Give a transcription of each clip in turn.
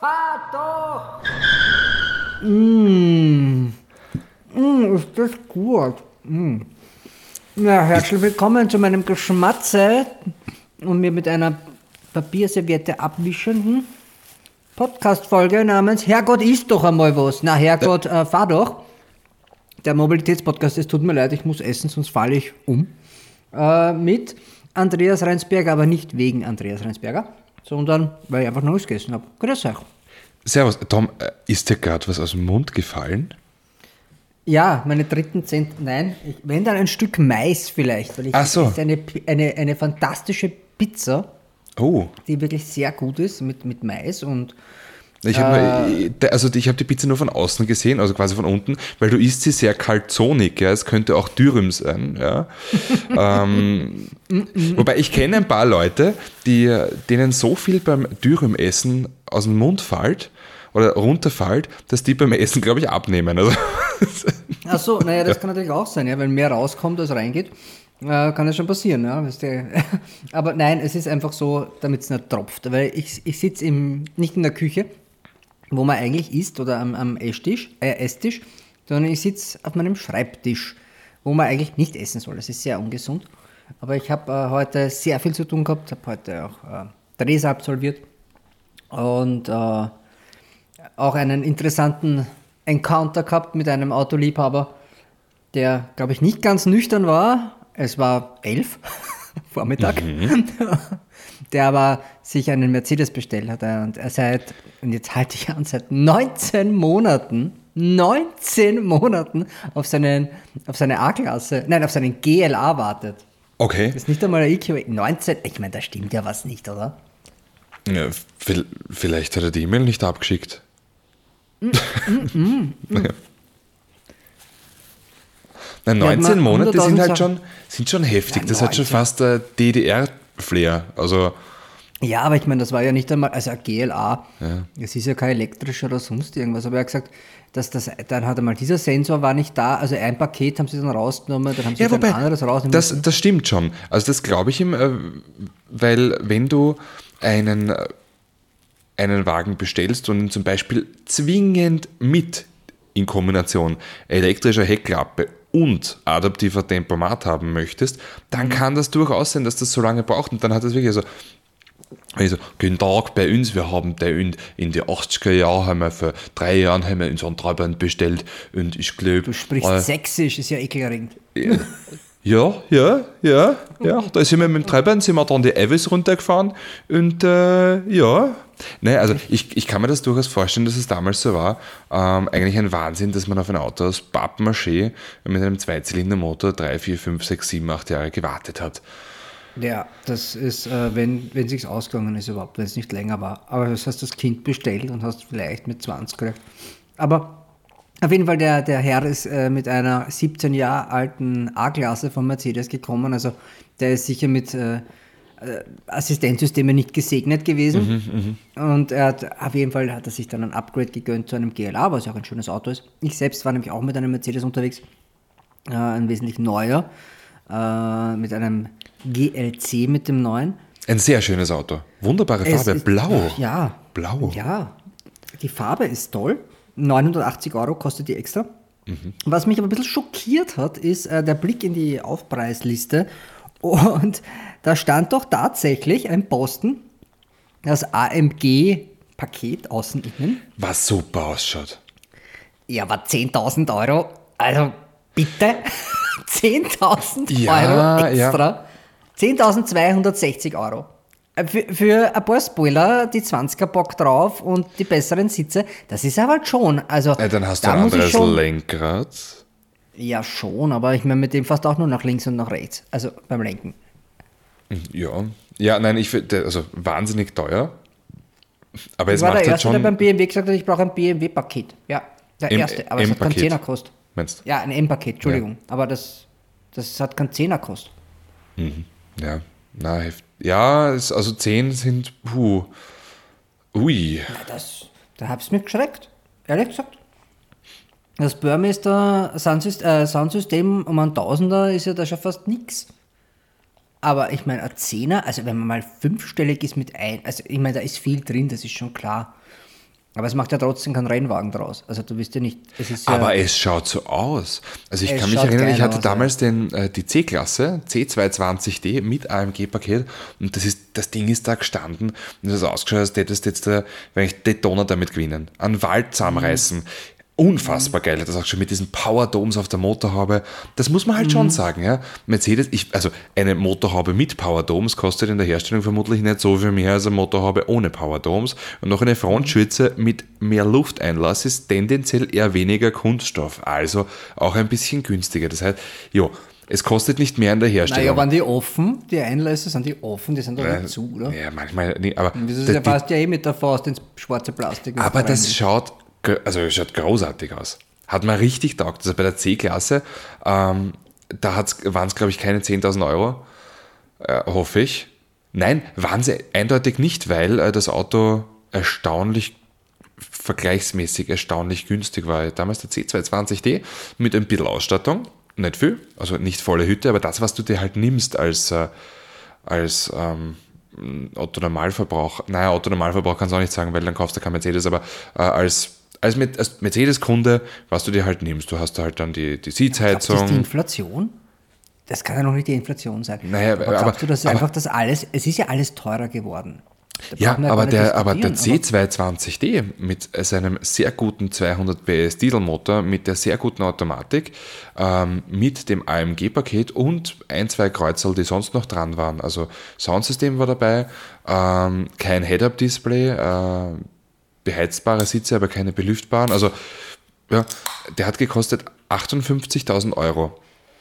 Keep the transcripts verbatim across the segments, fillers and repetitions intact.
Fahr doch! Mmh. Mmh, ist das gut. Mmh. Ja, herzlich willkommen zu meinem Geschmatze und mir mit einer Papierserviette abwischenden Podcast-Folge namens Herrgott, isst doch einmal was. Na, Herrgott, äh, fahr doch. Der Mobilitätspodcast, es tut mir leid, ich muss essen, sonst falle ich um. Äh, mit Andreas Reinsberger, aber nicht wegen Andreas Reinsberger, sondern weil ich einfach noch was gegessen habe. Grüß euch. Servus, Tom, ist dir gerade was aus dem Mund gefallen? Ja, meine dritten Zent, nein, ich, wenn dann ein Stück Mais vielleicht, weil ich Ach so. esse eine, eine, eine fantastische Pizza, Oh. die wirklich sehr gut ist mit, mit Mais und Ich habe äh, also ich habe die Pizza nur von außen gesehen, also quasi von unten, weil du isst sie sehr kalzonig, ja, es könnte auch Dürüm sein, ja. ähm, wobei ich kenne ein paar Leute, die, denen so viel beim Dürüm-Essen aus dem Mund fällt oder runterfällt, dass die beim Essen, glaube ich, abnehmen. Also, ach so, naja, das kann natürlich auch sein, ja, wenn mehr rauskommt, als reingeht, äh, kann das schon passieren, ja. Weißt du. Aber nein, es ist einfach so, damit es nicht tropft, weil ich, ich sitze im, nicht in der Küche, wo man eigentlich isst oder am, am Esstisch, äh, Esstisch, sondern ich sitze auf meinem Schreibtisch, wo man eigentlich nicht essen soll. Das ist sehr ungesund. Aber ich habe äh, heute sehr viel zu tun gehabt, habe heute auch äh, Drehs absolviert und äh, auch einen interessanten Encounter gehabt mit einem Autoliebhaber, der, glaube ich, nicht ganz nüchtern war. Es war elf Vormittag. Mhm. Der aber sich einen Mercedes bestellt hat und er seit, und jetzt halte ich an, seit neunzehn Monaten, neunzehn Monaten auf, seinen, auf seine A-Klasse, nein, auf seinen G L A wartet. okay. Das ist nicht einmal ein I Q. neunzehn, ich meine, da stimmt ja was nicht, oder? Ja, vielleicht hat er die E-Mail nicht abgeschickt. Mm, mm, mm, mm. Na, neunzehn Monate sind halt schon, sind schon heftig. Ja, das hat schon fast äh, D D R-Flair. Also, ja, aber ich meine, das war ja nicht einmal, also ein G L A, ja. Es ist ja kein elektrischer oder sonst irgendwas, aber er hat gesagt, dass das, dann hat einmal dieser Sensor war nicht da, also ein Paket haben sie dann rausgenommen, dann haben sie ja, dann wobei, ein anderes rausgenommen. Das, das stimmt schon. Also das glaube ich ihm, äh, weil wenn du einen, einen Wagen bestellst und ihn zum Beispiel zwingend mit in Kombination elektrischer Heckklappe und adaptiver Tempomat haben möchtest, dann kann das durchaus sein, dass das so lange braucht. Und dann hat das wirklich so, also, guten Tag bei uns, wir haben den in, in die achtziger Jahren, haben wir vor drei Jahren haben wir unseren Trabant bestellt und ich glaube... Du sprichst äh, sächsisch, ist ja ekelerregend. Ja, ja, ja, ja, da sind wir mit dem Trabant, sind wir dann die Evis runtergefahren und äh, ja... Nein, also ich, ich kann mir das durchaus vorstellen, dass es damals so war. Ähm, eigentlich ein Wahnsinn, dass man auf ein Auto aus Pappmaché mit einem Zweizylindermotor drei, vier, fünf, sechs, sieben, acht Jahre gewartet hat. Ja, das ist, äh, wenn es sich ausgegangen ist überhaupt, wenn es nicht länger war. Aber das hast das Kind bestellt und hast vielleicht mit zwanzig gedacht. Aber auf jeden Fall, der, der Herr ist äh, mit einer siebzehn Jahre alten A-Klasse von Mercedes gekommen. Also der ist sicher mit... Äh, Assistenzsysteme nicht gesegnet gewesen. Mhm, und er hat, auf jeden Fall hat er sich dann ein Upgrade gegönnt zu einem G L A, was ja auch ein schönes Auto ist. Ich selbst war nämlich auch mit einem Mercedes unterwegs, äh, ein wesentlich neuer, äh, mit einem G L C mit dem neuen. Ein sehr schönes Auto. Wunderbare Farbe, ist, blau. Ja, blau. Ja, die Farbe ist toll. neunhundertachtzig Euro kostet die extra. Mhm. Was mich aber ein bisschen schockiert hat, ist äh, der Blick in die Aufpreisliste. Und da stand doch tatsächlich ein Posten, das A M G-Paket außen innen. Was super ausschaut. Ja, aber zehntausend Euro, also bitte, zehntausend ja, Euro extra, ja. zehntausendzweihundertsechzig Euro. Für, für ein paar Spoiler, die zwanziger Bock drauf und die besseren Sitze, das ist aber schon. Also, ja, dann hast du da ein anderes schon, Lenkrad. Ja, schon, aber ich meine mit dem fast auch nur nach links und nach rechts, also beim Lenken. Ja, ja, nein, ich finde, also wahnsinnig teuer. Aber es war macht der halt Erste, schon... der beim B M W gesagt hat, ich brauche ein B M W-Paket. Ja, der M- Erste, aber es hat keinen Zehner gekostet. Meinst du? Ja, ein M-Paket, Entschuldigung. Ja. Aber das, das hat keinen Zehner gekostet. Mhm. Ja, na, heft. Ja, es, also zehn sind, puh, ui. Ja, das, da hab's mich geschreckt, ehrlich gesagt. Das Burmester Soundsystem, äh, Soundsystem um einen Tausender ist ja da schon fast nichts. Aber ich meine, ein Zehner, also wenn man mal fünfstellig ist mit ein, also ich meine, da ist viel drin, das ist schon klar. Aber es macht ja trotzdem keinen Rennwagen draus. Also du bist ja nicht, es ist ja, Aber es schaut so aus. Also ich Es kann mich schaut erinnern, ich geil hatte aus, damals den, äh, die C-Klasse, C zweihundertzwanzig D mit A M G-Paket und das, ist, das Ding ist da gestanden und das ist ausgeschaut, als hättest du jetzt, äh, wenn ich Daytona damit gewinnen, einen Wald zusammenreißen. Mhm. Unfassbar geil, das auch schon mit diesen Power Domes auf der Motorhaube. Das muss man halt Mhm. schon sagen, ja. Mercedes, ich, also eine Motorhaube mit Power Domes kostet in der Herstellung vermutlich nicht so viel mehr als eine Motorhaube ohne Power Domes. Und noch eine Frontschütze mit mehr Lufteinlass ist tendenziell eher weniger Kunststoff, also auch ein bisschen günstiger. Das heißt, jo, es kostet nicht mehr in der Herstellung. naja, waren die offen? Die Einlässe, sind die offen? Die sind doch Äh, nicht zu, oder? Ja, manchmal nicht, aber Das ist die- ja die- passt ja eh mit der Faust ins schwarze Plastik. Aber rein. das schaut, gr- also es schaut großartig aus. Hat mir richtig taugt. Also bei der C-Klasse, ähm, da waren es, glaube ich, keine zehntausend Euro, äh, hoffe ich. Nein, waren sie eindeutig nicht, weil äh, das Auto erstaunlich, vergleichsmäßig erstaunlich günstig war. Damals der C zweihundertzwanzig D mit ein bisschen Ausstattung, nicht viel, also nicht volle Hütte, aber das, was du dir halt nimmst als, äh, als ähm, Otto-Normalverbrauch, naja, Otto-Normalverbrauch kannst du auch nicht sagen, weil dann kaufst du kein Mercedes, aber äh, als, als, Met- als Mercedes-Kunde, was du dir halt nimmst, du hast da halt dann die, die Glaubst du, das ist die Sitzheizung. Inflation? Das kann ja noch nicht die Inflation sein. Naja, aber aber- glaubst du, dass aber- einfach das alles, es ist ja alles teurer geworden. Da Ja, brauchen wir aber gar nicht der, aber der diskutieren, C zweihundertzwanzig D mit seinem sehr guten zweihundert P S Dieselmotor, mit der sehr guten Automatik, ähm, mit dem A M G-Paket und ein, zwei Kreuzerl, die sonst noch dran waren. Also Soundsystem war dabei, ähm, kein Head-Up-Display, äh, beheizbare Sitze, aber keine belüftbaren. Also ja, der hat gekostet achtundfünfzigtausend Euro.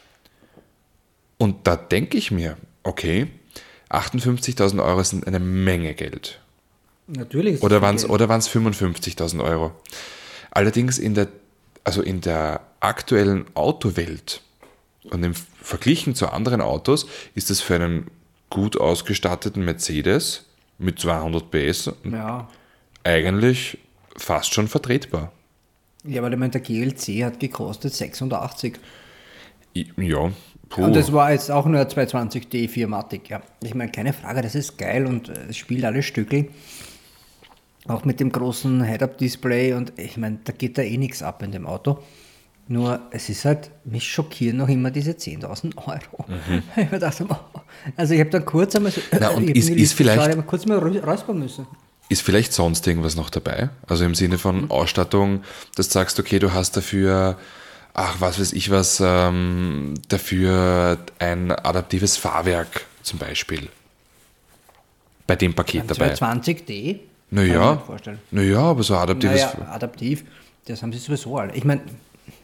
Und da denke ich mir, okay, achtundfünfzigtausend Euro sind eine Menge Geld. Natürlich. ist Oder das waren es Geld. oder waren's fünfundfünfzigtausend Euro? Allerdings in der, also in der aktuellen Autowelt und im Verglichen zu anderen Autos ist es für einen gut ausgestatteten Mercedes mit zweihundert P S Ja. eigentlich fast schon vertretbar. Ja, aber ich meine, der G L C hat gekostet sechsundachtzig. I- Ja, puh. Und das war jetzt auch nur ein zweihundertzwanzig D vier Matic, ja. Ich meine, keine Frage, das ist geil und äh, es spielt alle Stückel. Auch mit dem großen Head-Up-Display und ich meine, da geht da eh nichts ab in dem Auto. Nur, es ist halt, mich schockieren noch immer diese zehntausend Euro. Ich dachte, oh. Also ich habe dann kurz einmal so, Mhm. Na, und ich hab ist- in die ist Liste vielleicht- geschaut, ich hab kurz mal rü- räuspern müssen. Ist vielleicht sonst irgendwas noch dabei? Also im Sinne von Ausstattung, dass du sagst, okay, du hast dafür, ach, was weiß ich was, ähm, dafür ein adaptives Fahrwerk zum Beispiel. Bei dem Paket dabei. zweihundertzwanzig D? Kann ich mir Naja, nicht vorstellen. naja, aber so ein adaptives. Naja, adaptiv, das haben sie sowieso alle. Ich meine,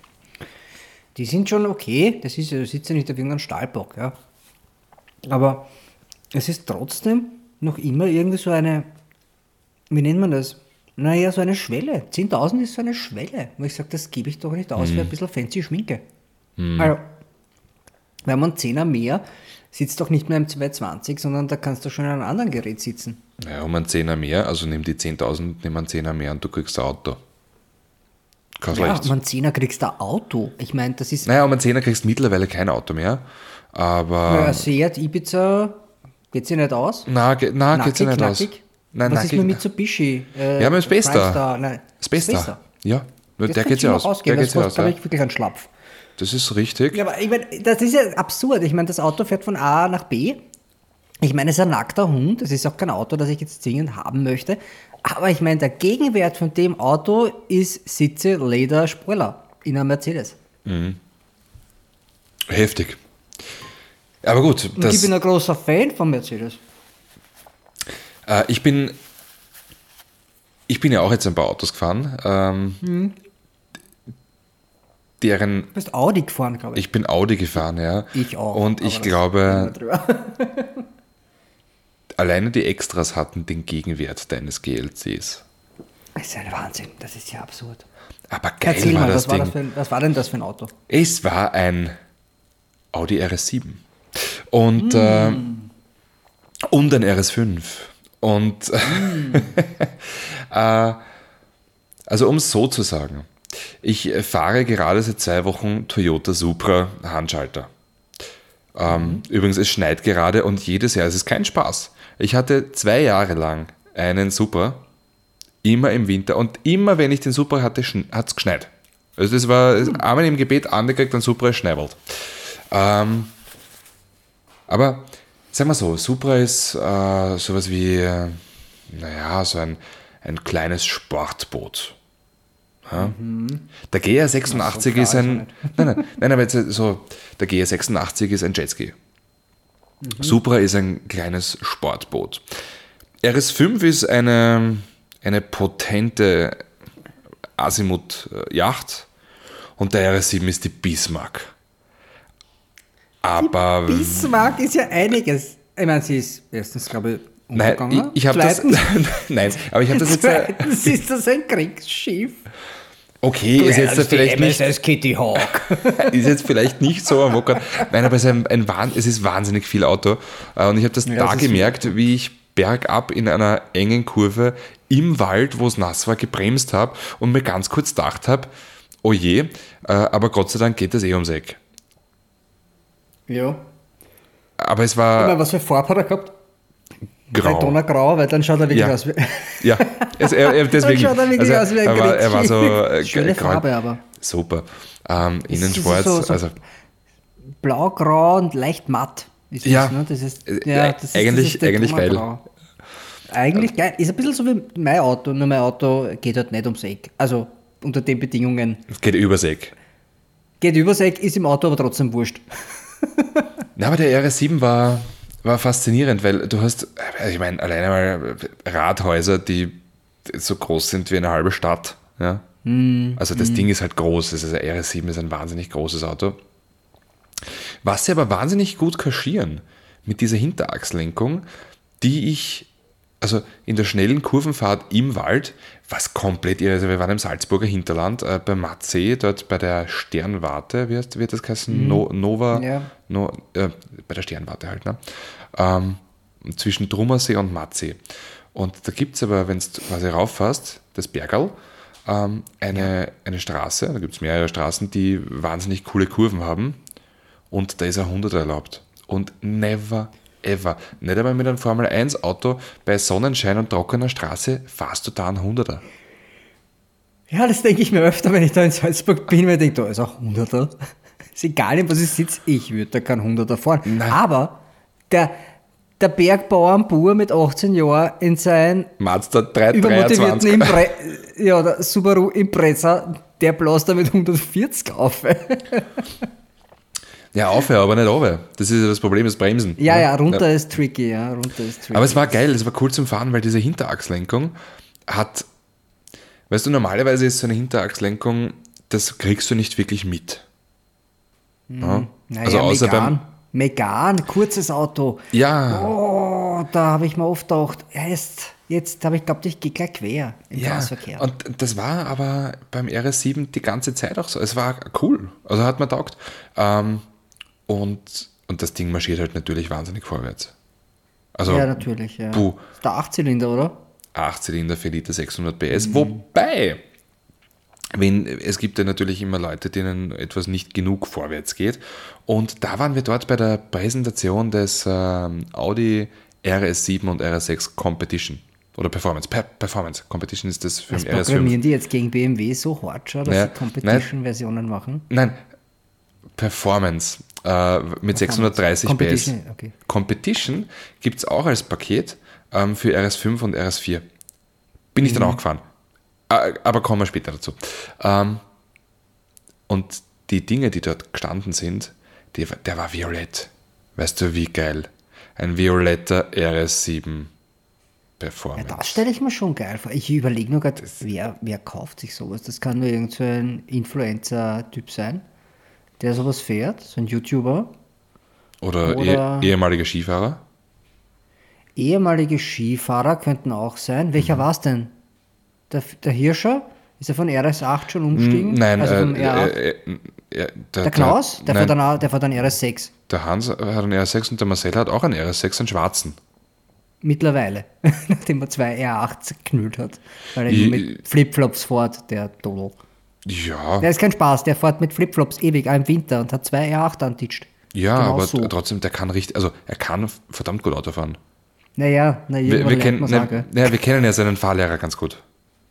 die sind schon okay, das ist ja, du sitzt ja nicht auf irgendeinem Stahlbock, ja. Aber es ist trotzdem noch immer irgendwie so eine, wie nennt man das? Naja, so eine Schwelle. zehntausend ist so eine Schwelle, wo ich sage, das gebe ich doch nicht aus für ein bisschen fancy Schminke. Also, wenn man Zehner mehr, sitzt doch nicht mehr im zweihundertzwanzig, sondern da kannst du schon in einem anderen Gerät sitzen. Naja, um einen Zehner mehr, also nimm die zehntausend, nimm einen Zehner mehr und du kriegst ein Auto. Kannst Ja, recht. um einen Zehner kriegst du ein Auto. Ich meine, das ist Naja, um einen Zehner kriegst du mittlerweile kein Auto mehr. Aber. Naja, Seat, Ibiza, geht sie nicht aus? Na, ge, na geht's ja nicht aus. knackig? Nein, Was ist nackig- mit Mitsubishi? Äh, Ja, mit dem Space Star. Prime Star? Nein, Space Star. Ja, nur Das der kann geht's schon ja noch aus. ausgehen, Der das geht's ja aus. kostet, glaube Ja. ich, wirklich einen Schlapf. Das ist richtig. Ja, aber ich meine, das ist ja absurd. Ich meine, das Auto fährt von A nach B. Ich meine, es ist ein nackter Hund. Das ist auch kein Auto, das ich jetzt zwingend haben möchte. Aber ich meine, der Gegenwert von dem Auto ist Sitze, Leder, Spoiler in einem Mercedes. Heftig. Aber gut, Und ich das, bin ein großer Fan von Mercedes. äh, ich bin ich bin ja auch jetzt ein paar Autos gefahren, ähm, deren, Du bist Audi gefahren, glaube ich. ich bin Audi gefahren, ja. Ich auch, Und aber ich das glaube, drüber. alleine die Extras hatten den Gegenwert deines G L Cs. Das ist ein Wahnsinn. Das ist ja absurd. Aber geil Erzähl war mal, das was war, Ding. das für ein, was war denn das für ein Auto? Es war ein Audi R S sieben und, äh, und ein R S fünf. Und äh, also um es so zu sagen, ich fahre gerade seit zwei Wochen Toyota Supra Handschalter. Ähm, Übrigens, es schneit gerade und jedes Jahr, es ist kein Spaß. Ich hatte zwei Jahre lang einen Supra, immer im Winter. Und immer, wenn ich den Supra hatte, hat es geschneit. Also das war hm. einmal im Gebet angekriegt, dann Supra ist schneibelt. Ähm, aber sagen wir so, Supra ist äh, sowas wie, äh, naja, so ein, ein kleines Sportboot. Ja? Mhm. Der G R sechsundachtzig so ist ein, nein, nein, nein, aber jetzt so, der G R sechsundachtzig ist ein Jetski. Mhm. Supra ist ein kleines Sportboot. R S fünf ist eine, eine potente Azimuth-Yacht und der R S sieben ist die Bismarck. Aber die Bismarck ist ja einiges. Ich meine, sie ist erstens, glaube ich, umgegangen. Nein, ich, ich habe das. Nein, aber ich habe das jetzt. Zweitens ist das ein Kriegsschiff. Okay, ist jetzt vielleicht nicht. M S S Kitty Hawk. Ist jetzt vielleicht nicht so am Mockern. Nein, aber es ist, ein, ein, es ist wahnsinnig viel Auto. Und ich habe das ja, da das gemerkt, wie ich bergab in einer engen Kurve im Wald, wo es nass war, gebremst habe und mir ganz kurz gedacht habe, oh je, aber Gott sei Dank geht das eh ums Eck. Ja. Aber es war. Ich meine, was für Farbe hat er gehabt? Grau. Grau, weil dann schaut er wirklich ja. aus wie. Ja, es, er, er, deswegen. Dann schaut er wirklich also, aus wie ein er, war, er war so. Schöne grau, Farbe, aber. Super. Ähm, innen schwarz. So, so also, blau-grau und leicht matt. Ist ja, das, ne? das ist, ja, das ist, eigentlich, das ist eigentlich geil. Eigentlich geil. Ist ein bisschen so wie mein Auto, nur mein Auto geht halt nicht ums Eck. Also unter den Bedingungen. Es geht übers Eck. Geht übers Eck, ist im Auto aber trotzdem wurscht. Na, aber der R S sieben war, war faszinierend, weil du hast, also ich meine, alleine mal Rathäuser, die so groß sind wie eine halbe Stadt. Ja? Mm, also das mm. Ding ist halt groß, also der R S sieben ist ein wahnsinnig großes Auto. Was sie aber wahnsinnig gut kaschieren mit dieser Hinterachslenkung, die ich, also in der schnellen Kurvenfahrt im Wald, was komplett irre, also wir waren im Salzburger Hinterland, äh, bei Matzee, dort bei der Sternwarte, wie heißt, wird das heißen? Mhm. No, Nova, ja. no, äh, bei der Sternwarte halt, ne? Ähm, zwischen Trummersee und Matzee. Und da gibt es aber, wenn du quasi rauffährst, das Bergerl, ähm, eine, eine Straße, da gibt es mehrere Straßen, die wahnsinnig coole Kurven haben und da ist ein hunderter erlaubt. Und never ever. Nicht einmal mit einem Formel eins Auto bei Sonnenschein und trockener Straße fahrst du da einen hunderter. Ja, das denke ich mir öfter, wenn ich da in Salzburg bin, weil ich denke, da ist auch hunderter. Ist egal, in was ich sitze, ich würde da keinen hunderter fahren. Nein. Aber der, der Bergbauer am Bur mit achtzehn Jahren in sein Mazda drei übermotivierten Impre- ja, der Subaru Impreza, der bläst da mit hundertvierzig auf. Ja, aufhören, aber nicht runter. Das ist ja das Problem, das Bremsen. Ja, ja, runter ja. ist tricky, ja, runter ist tricky. Aber es war geil, es war cool zum Fahren, weil diese Hinterachslenkung hat, weißt du, normalerweise ist so eine Hinterachslenkung, das kriegst du nicht wirklich mit. Hm. Ja? Naja, also außer Megan, beim Megan, kurzes Auto. Ja. Oh, da habe ich mir oft gedacht, jetzt, jetzt habe ich geglaubt, ich gehe gleich quer im ja, Straßenverkehr. Und das war aber beim R S sieben die ganze Zeit auch so. Es war cool, also hat mir taugt. Ähm, Und, und das Ding marschiert halt natürlich wahnsinnig vorwärts. Also, ja, natürlich. Ja. Puh, ist der Achtzylinder, oder? Achtzylinder, vier Liter, sechshundert P S. Mhm. Wobei, wenn, es gibt ja natürlich immer Leute, denen etwas nicht genug vorwärts geht. Und da waren wir dort bei der Präsentation des ähm, Audi R S sieben und R S sechs Competition. Oder Performance. Per- Performance. Competition ist das für den R S fünf. Programmieren die jetzt gegen B M W so hart schon, dass naja, sie Competition-Versionen machen? Nein, Performance äh, mit sechshundertdreißig P S. Okay. Competition gibt es auch als Paket ähm, für R S fünf und R S vier. Bin ich mhm. dann auch gefahren. Äh, aber kommen wir später dazu. Ähm, und die Dinge, die dort gestanden sind, die, der war violett. Weißt du, wie geil? Ein violetter R S sieben Performance. Ja, das stelle ich mir schon geil vor. Ich überlege nur gerade, wer, wer kauft sich sowas? Das kann nur irgend so ein Influencer-Typ sein, der sowas fährt, so ein YouTuber. Oder, Oder eh, ehemaliger Skifahrer. Ehemalige Skifahrer könnten auch sein. Welcher mhm. war es denn? Der, der Hirscher? Ist er von R S acht schon umgestiegen? Nein, also äh, äh, äh, äh, der, der Klaus? Der, der, fährt dann, der fährt dann R S sechs. Der Hans hat einen R S sechs und der Marcel hat auch einen R S sechs, einen schwarzen. Mittlerweile, nachdem er zwei R acht geknüllt hat. Weil er ich, mit Flipflops fährt, der Dodo. Ja. Der ist kein Spaß, der fährt mit Flipflops ewig, auch im Winter und hat zwei R acht antitscht. Ja, genau aber so. Trotzdem, der kann richtig, also er kann verdammt gut Auto fahren. Naja, na, wir, wir, kennen, ne, naja, wir kennen ja seinen Fahrlehrer ganz gut.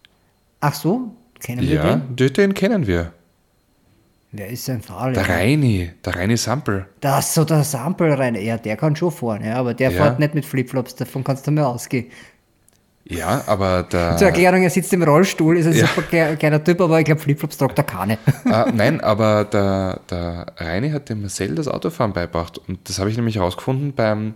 Ach so, kennen wir Ja, den? den, den kennen wir. Wer ist sein Fahrer? Der Reini, der Reini Sampel. Das ist so der Sample rein. Ja, der kann schon fahren, ja, aber der Ja. fährt nicht mit Flipflops, davon kannst du mal ausgehen. Ja, aber der... Zur Erklärung, er sitzt im Rollstuhl, ist ein Ja. super ge- kleiner Typ, aber ich glaube, Flipflops tragt er keine. Äh, nein, aber der, der Reini hat dem Marcel das Autofahren beigebracht. Und das habe ich nämlich herausgefunden beim,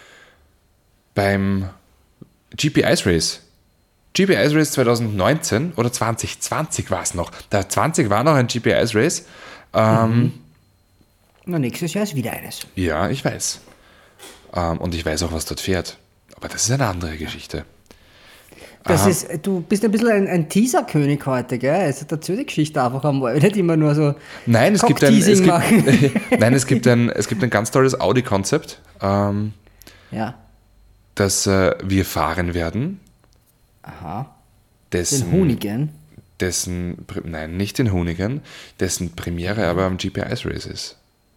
beim G P Ice Race. G P Ice Race zwanzig neunzehn oder zwanzig zwanzig war es noch. Der zwanzig war noch ein G P Ice Race. Ähm, Na, nächstes Jahr ist wieder eines. Ja, ich weiß. Ähm, und ich weiß auch, was dort fährt. Aber das ist eine andere Geschichte. Das Aha. ist, du bist ein bisschen ein, ein Teaser-König heute, gell? Also erzähl die Geschichte einfach einmal, nicht immer nur so Nein, es gibt, ein, es, Cock-Teasing machen. gibt, nein es, gibt ein, es gibt ein ganz tolles Audi-Konzept, ähm, Ja, das äh, wir fahren werden. aha. Dessen, Den Hunigen. Dessen, Pre- nein, nicht den Hunigen, dessen Premiere aber am G P Ice Race ist.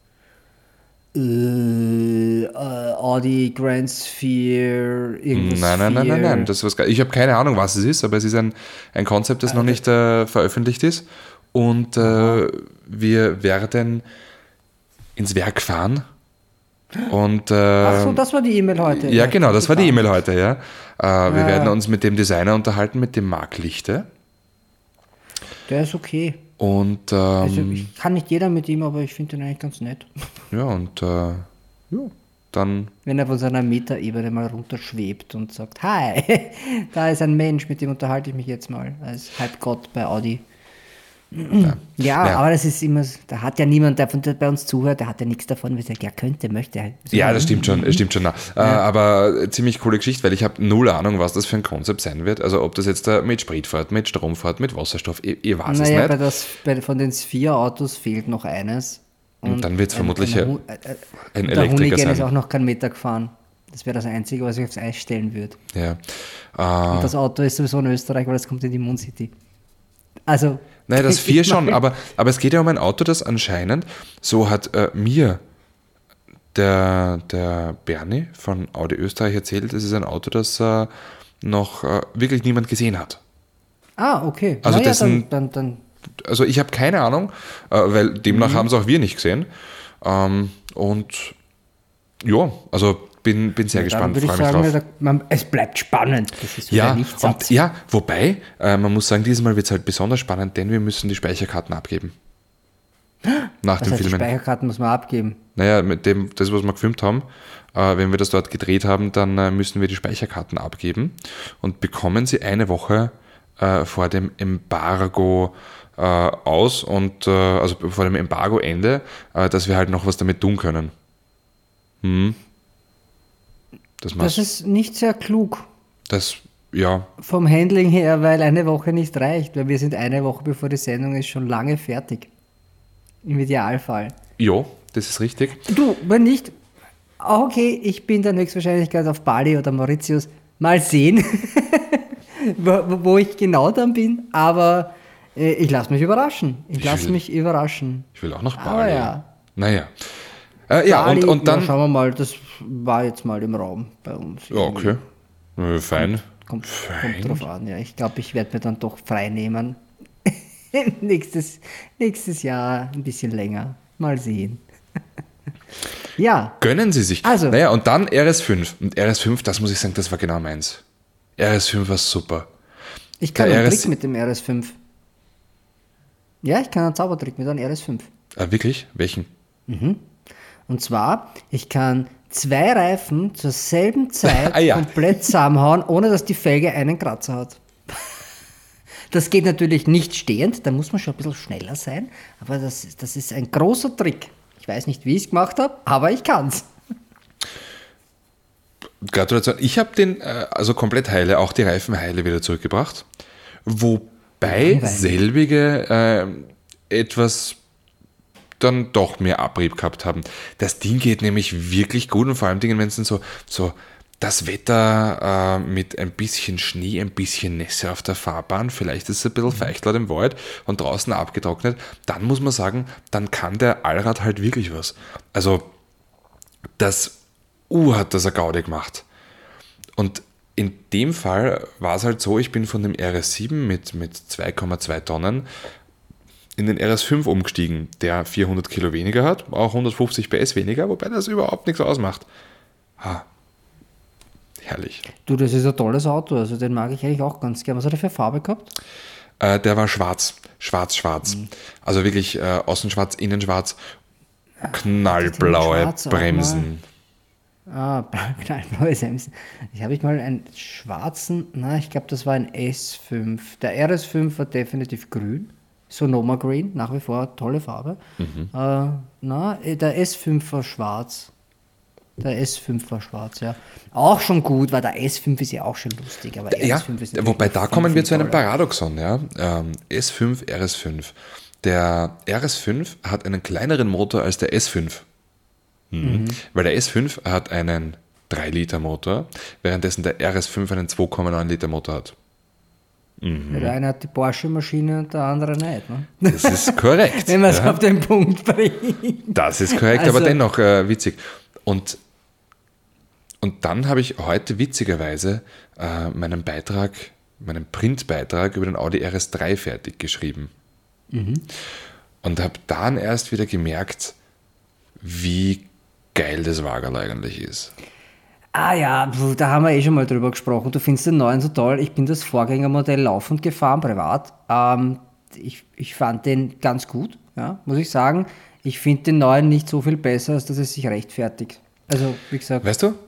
Äh, äh, Audi Grand Sphere, irgendwas. Nein, nein, nein, nein, Sphere. nein. Das ist was, gar- ich habe keine Ahnung, was es ist, aber es ist ein, ein Konzept, das noch nicht äh, veröffentlicht ist. Und äh, wir werden ins Werk fahren. Und, äh, Ach so, das war die E-Mail heute. ja, genau, das war die klar. E-Mail heute, ja. Äh, wir Ja. werden uns mit dem Designer unterhalten, mit dem Marc Lichte. Der ist okay. Und, ähm, Also ich kann nicht jeder mit ihm, aber ich finde ihn eigentlich ganz nett. ja, und äh, ja, dann, Wenn er von seiner Metaebene mal runterschwebt und sagt, hi, da ist ein Mensch, mit dem unterhalte ich mich jetzt mal als Halbgott bei Audi. Ja, Ja. aber das ist immer, da hat ja niemand, der, von, der bei uns zuhört, der hat ja nichts davon, wie er sagt, ja könnte, möchte. So, ja, das stimmt schon, das stimmt schon. Äh, aber ziemlich coole Geschichte, weil ich habe null Ahnung, was das für ein Konzept sein wird. Also ob das jetzt äh, mit Sprit fährt, mit Strom fährt, mit Wasserstoff, ich, ich weiß Naja, es bei nicht. das, bei, von den Sphere-Autos fehlt noch eines. Und dann wird's ein- vermutlich ein ein Hu- äh, äh, ein der Elektriker Hoonigan ist sein. auch noch kein Meter gefahren. Das wäre das Einzige, was ich aufs Eis stellen würde. Ja. Und Äh, das Auto ist sowieso in Österreich, weil es kommt in die Moon City. Also. naja, das vier ich schon, mein- aber, aber es geht ja um ein Auto, das anscheinend, so hat äh, mir der, der Bernie von Audi Österreich erzählt, es ist ein Auto, das äh, noch äh, wirklich niemand gesehen hat. Ah, okay. Also naja, dessen- dann, dann, dann Also ich habe keine Ahnung, äh, weil demnach Mhm. haben es auch wir nicht gesehen. Ähm, und ja, also bin, bin sehr dann gespannt, würde ich freue mich sagen, drauf. da- man, es bleibt spannend. Das ist so Ja, der Nichtsatz. und, ja, wobei, äh, man muss sagen, dieses Mal wird es halt besonders spannend, denn wir müssen die Speicherkarten abgeben. Nach Das dem heißt, die Filmen. Speicherkarten muss man abgeben. Naja, mit dem, das, was wir gefilmt haben, äh, wenn wir das dort gedreht haben, dann äh, müssen wir die Speicherkarten abgeben und bekommen sie eine Woche äh, vor dem Embargo äh, aus und äh, also vor dem Embargo-Ende, äh, dass wir halt noch was damit tun können. Hm. Das, Das das, ist nicht sehr klug das ja, vom Handling her, weil eine Woche nicht reicht, weil wir sind eine Woche bevor die Sendung ist schon lange fertig. Im Idealfall. jo, das ist richtig. Du, wenn nicht, auch okay, ich bin dann höchstwahrscheinlich auf Bali oder Mauritius. Mal sehen, wo, wo ich genau dann bin, aber äh, ich lasse mich überraschen. Ich Ich lasse will- mich überraschen. Ich will auch nach Aber Bali. ja. Naja. Äh, ja, Bali, und, und dann. ja, schauen wir mal, das war jetzt mal im Raum bei uns. Ja, okay. Äh, fein. Kommt, Fein. kommt drauf an, ja. Ich glaube, ich werde mir dann doch frei nehmen. nächstes, nächstes Jahr ein bisschen länger. Mal sehen. ja, Gönnen Sie sich. Also- Naja, und dann R S fünf. Und R S fünf, das muss ich sagen, das war genau meins. R S fünf war super. ich kann Der einen R S Trick mit dem R S fünf. Ja, ich kann einen Zaubertrick mit einem R S fünf. Ah, wirklich? Welchen? Und zwar, ich kann zwei Reifen zur selben Zeit Ah, ja. komplett zusammenhauen, ohne dass die Felge einen Kratzer hat. Das geht natürlich nicht stehend, da muss man schon ein bisschen schneller sein, aber das, das ist ein großer Trick. Ich weiß nicht, wie ich es gemacht habe, aber ich kann's. Gratulation. Ich habe den, äh, also komplett heile, auch die Reifen heile wieder zurückgebracht. Wobei Langweilig. selbige äh, etwas dann doch mehr Abrieb gehabt haben. Das Ding geht nämlich wirklich gut und vor allem Dingen, wenn es dann so, so das Wetter äh, mit ein bisschen Schnee, ein bisschen Nässe auf der Fahrbahn, vielleicht ist es ein bisschen feucht laut im Wald und draußen abgetrocknet, dann muss man sagen, dann kann der Allrad halt wirklich was. Also das U hat das eine Gaudi gemacht. Und in dem Fall war es halt so, ich bin von dem R S sieben mit, mit zwei Komma zwei Tonnen in den R S fünf umgestiegen, der vierhundert Kilo weniger hat, auch hundertfünfzig P S weniger, wobei das überhaupt nichts ausmacht. Ha, herrlich. Du, das ist ein tolles Auto, also den mag ich eigentlich auch ganz gern. Was hat er für Farbe gehabt? Äh, der war schwarz, schwarz, schwarz. Mhm. Also wirklich äh, außen schwarz, innen schwarz, knallblaue schwarz Bremsen. Ah, knallblaue Bremsen. Ich habe ich mal einen schwarzen, na, ich glaube, das war ein S fünf. Der R S fünf war definitiv grün. Sonoma Green, nach wie vor tolle Farbe. Mhm. Äh, na, der S fünf war schwarz. Der S fünf war schwarz, ja. Auch schon gut, weil der S fünf ist ja auch schon lustig. Aber ja, R S fünf ist wobei da kommen wir zu einem Paradoxon. Ja? Ähm, S fünf, R S fünf. Der R S fünf hat einen kleineren Motor als der S fünf. Mhm. Mhm. Weil der S fünf hat einen drei Liter Motor, währenddessen der R S fünf einen zwei Komma neun Liter Motor hat. Mhm. Der eine hat die Porsche-Maschine und der andere nicht. Ne? Das ist korrekt. Wenn man es ja. auf den Punkt bringt. Das ist korrekt, also, aber dennoch äh, witzig. Und, und dann habe ich heute witzigerweise äh, meinen Beitrag, meinen Printbeitrag über den Audi R S drei fertig geschrieben. Mhm. Und habe dann erst wieder gemerkt, wie geil das Wagerl eigentlich ist. Ah ja, da haben wir eh schon mal drüber gesprochen. Du findest den neuen so toll. Ich bin das Vorgängermodell laufend gefahren, privat. Ähm, ich, ich fand den ganz gut, ja, muss ich sagen. Ich finde den neuen nicht so viel besser, als dass es sich rechtfertigt. Also, wie gesagt. Weißt du,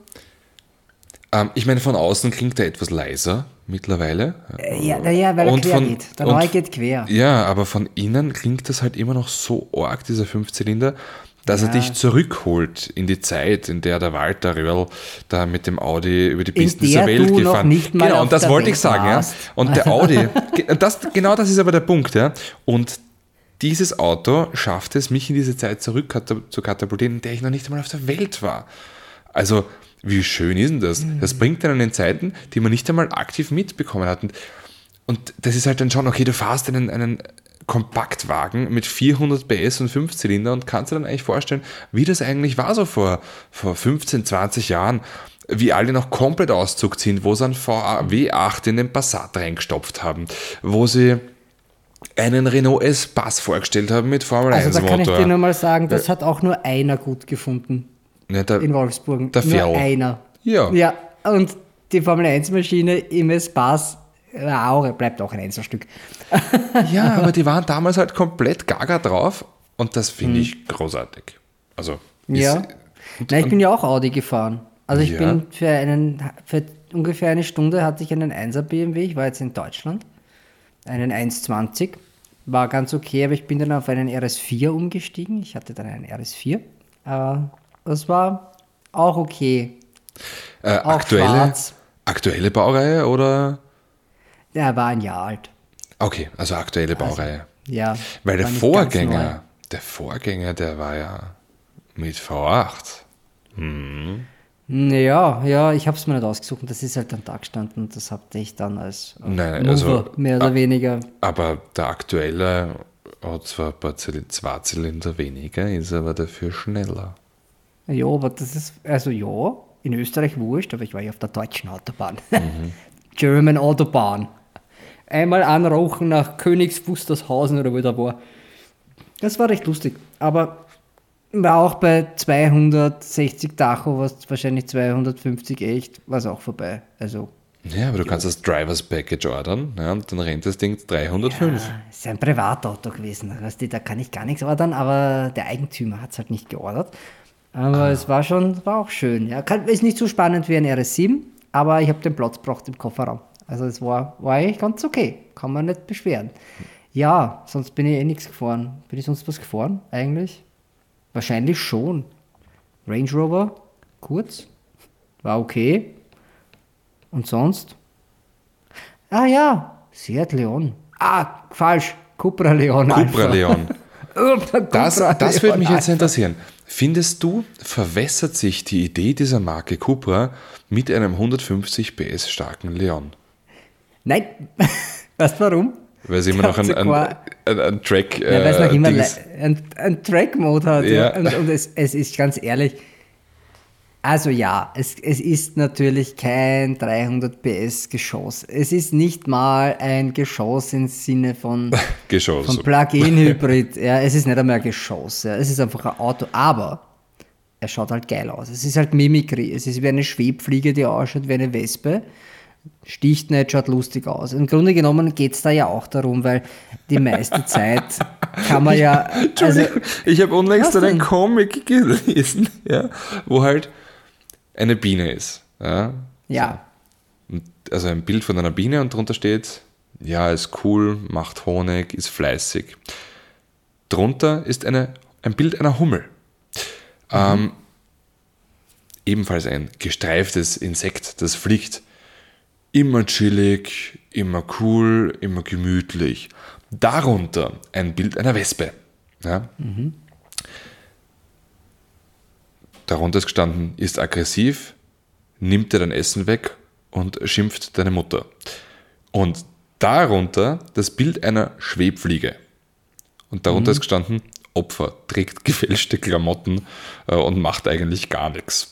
ähm, ich meine, von außen klingt er etwas leiser mittlerweile. Äh, ja, ja, weil er und quer von, geht. Der neue geht quer. Ja, aber von innen klingt das halt immer noch so arg, dieser Fünfzylinder, dass ja. er dich zurückholt in die Zeit, in der der Walter Röhrl da mit dem Audi über die Pisten dieser Welt du gefahren ist. Genau, und das wollte ich sagen. Ja. Und der Audi, das, genau das ist aber der Punkt. Ja. Und dieses Auto schafft es, mich in diese Zeit zurück zu katapultieren, in der ich noch nicht einmal auf der Welt war. Also, wie schön ist denn das? Das bringt einen in Zeiten, die man nicht einmal aktiv mitbekommen hat. Und, und das ist halt dann schon, okay, du fährst einen, einen Kompaktwagen mit vierhundert P S und fünf Zylinder und kannst dir dann eigentlich vorstellen, wie das eigentlich war so vor, vor fünfzehn, zwanzig Jahren, wie alle noch komplett auszuckt sind, wo sie einen V W acht in den Passat reingestopft haben, wo sie einen Renault S-Pass vorgestellt haben mit Formel eins Motor. Also da kann ich dir nur mal sagen, das hat auch nur einer gut gefunden ja, der, in Wolfsburg. Der nur einer. Ja. Ja, und die Formel eins Maschine im S-Pass auch, bleibt auch ein Einzelstück. Ja, aber die waren damals halt komplett gaga drauf und das finde hm. ich großartig. Also, ja. Ist, und, Nein, ich bin ja auch Audi gefahren. Also ich ja. bin für einen, für ungefähr eine Stunde hatte ich einen einser B M W, ich war jetzt in Deutschland, einen eins zwanzig, war ganz okay, aber ich bin dann auf einen R S vier umgestiegen, ich hatte dann einen R S vier, äh, das war auch okay. Äh, auch aktuelle, schwarz. Aktuelle Baureihe oder? Der war ein Jahr alt. Okay, also aktuelle Baureihe. Also, ja. Weil der Vorgänger, der Vorgänger, der war ja mit V acht. Hm. Ja, ja, ich habe es mir nicht ausgesucht. Das ist halt dann da gestanden und das hatte ich dann als äh, Nein, also, mehr oder ab, weniger. Aber der aktuelle hat zwar ein paar Zylinder, zwei Zylinder weniger, ist aber dafür schneller. Ja, aber das ist, also ja, in Österreich wurscht, aber ich war ja auf der deutschen Autobahn. Mhm. German Autobahn. Einmal anrochen nach Königs Wustershausen oder wo da war. Das war recht lustig, aber war auch bei zweihundertsechzig Tacho, was wahrscheinlich zweihundertfünfzig echt, war es auch vorbei. Also, ja, aber du kannst das Drivers Package ordern, ja, und dann rennt das Ding dreihundertfünf. Ja, ist ein Privatauto gewesen, weißt du, da kann ich gar nichts ordern, aber der Eigentümer hat es halt nicht geordert. Aber ah. es war schon, war auch schön. Ja. Ist nicht so spannend wie ein R S sieben, aber ich habe den Platz gebraucht im Kofferraum. Also es war, war eigentlich ganz okay, kann man nicht beschweren. Ja, sonst bin ich eh nichts gefahren. Bin ich sonst was gefahren eigentlich? Wahrscheinlich schon. Range Rover, kurz, war okay. Und sonst? Ah ja, Seat Leon. Ah, falsch, Cupra Leon. Cupra Leon. Das, das würde mich jetzt Alpha. interessieren. Findest du, verwässert sich die Idee dieser Marke Cupra mit einem hundertfünfzig P S starken Leon? Nein. Weißt du warum? Weil es immer noch ein, ein, ein, ein Track ja, weil es noch immer ein, ein Track-Mode hat. Ja. Ja. Und, und es, es ist ganz ehrlich, Also ja, es, es ist natürlich kein dreihundert P S Geschoss. Es ist nicht mal ein Geschoss im Sinne von, Geschoss. von Plug-in-Hybrid. Ja, es ist nicht einmal ein Geschoss. Ja. Es ist einfach ein Auto, aber er schaut halt geil aus. Es ist halt Mimikry. Es ist wie eine Schwebfliege, die ausschaut wie eine Wespe. Sticht nicht, schaut lustig aus. Im Grunde genommen geht es da ja auch darum, weil die meiste Zeit kann man ja... Also, ich habe unlängst was einen denn? Comic gelesen, ja, wo halt eine Biene ist. Ja. ja, Und also ein Bild von einer Biene und drunter steht, ja, ist cool, macht Honig, ist fleißig. Drunter ist eine, ein Bild einer Hummel. Mhm. Ähm, ebenfalls ein gestreiftes Insekt, das fliegt. Immer chillig, immer cool, immer gemütlich. Darunter ein Bild einer Wespe. Ja? Mhm. Darunter ist gestanden, ist aggressiv, nimmt dir dein Essen weg und schimpft deine Mutter. Und darunter das Bild einer Schwebfliege. Und darunter mhm. ist gestanden, Opfer, trägt gefälschte Klamotten äh, und macht eigentlich gar nichts.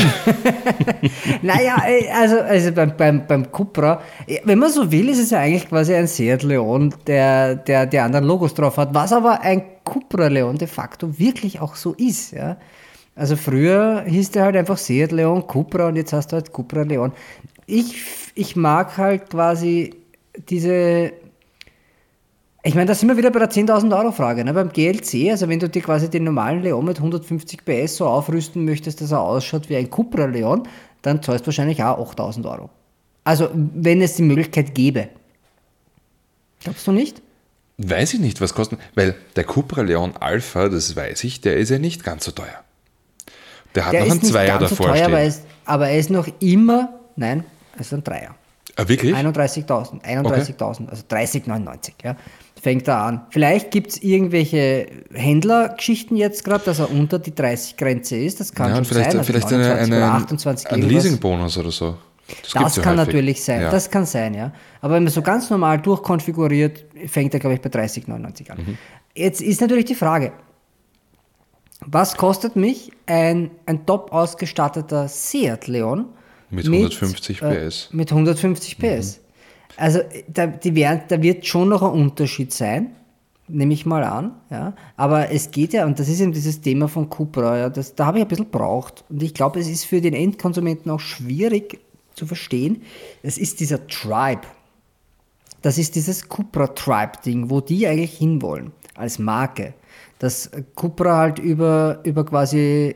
Naja, also, also beim, beim, beim Cupra, wenn man so will, ist es ja eigentlich quasi ein Seat Leon, der, der die anderen Logos drauf hat, was aber ein Cupra Leon de facto wirklich auch so ist. Ja? Also früher hieß der halt einfach Seat Leon Cupra und jetzt hast du halt Cupra Leon. Ich, ich mag halt quasi diese... Ich meine, da sind wir wieder bei der zehntausend Euro Frage. Ne? Beim G L C, also wenn du dir quasi den normalen Leon mit hundertfünfzig P S so aufrüsten möchtest, dass er ausschaut wie ein Cupra Leon, dann zahlst du wahrscheinlich auch achttausend Euro. Also, wenn es die Möglichkeit gäbe. Glaubst du nicht? Weiß ich nicht, was kostet, weil der Cupra Leon Alpha, das weiß ich, der ist ja nicht ganz so teuer. Der hat der noch einen Zweier davor so teuer, stehen. Aber er, ist, aber er ist noch immer, nein, er ist ein Dreier. Ah, wirklich? einunddreißigtausend, einunddreißigtausend, okay. Also dreißig neunundneunzig, ja. Fängt da an. Vielleicht gibt es irgendwelche Händlergeschichten jetzt gerade, dass er unter die dreißig-Grenze ist. Das kann ja, schon vielleicht, sein. Also vielleicht eine, eine, achtundzwanzig ein Leasingbonus oder so. Das, das ja kann häufig. natürlich sein. Ja. Das kann sein, ja. Aber wenn man so ganz normal durchkonfiguriert, fängt er, glaube ich, bei dreißig neunundneunzig an. Mhm. Jetzt ist natürlich die Frage, was kostet mich ein, ein top ausgestatteter Seat Leon mit hundertfünfzig mit, P S? Äh, mit hundertfünfzig P S. Mhm. Also da, die werden, da wird schon noch ein Unterschied sein, nehme ich mal an. Ja. Aber es geht ja, und das ist eben dieses Thema von Cupra, ja, das, da habe ich ein bisschen gebraucht. Und ich glaube, es ist für den Endkonsumenten auch schwierig zu verstehen. Es ist dieser Tribe. Das ist dieses Cupra-Tribe-Ding, wo die eigentlich hinwollen, als Marke. Dass Cupra halt über, über quasi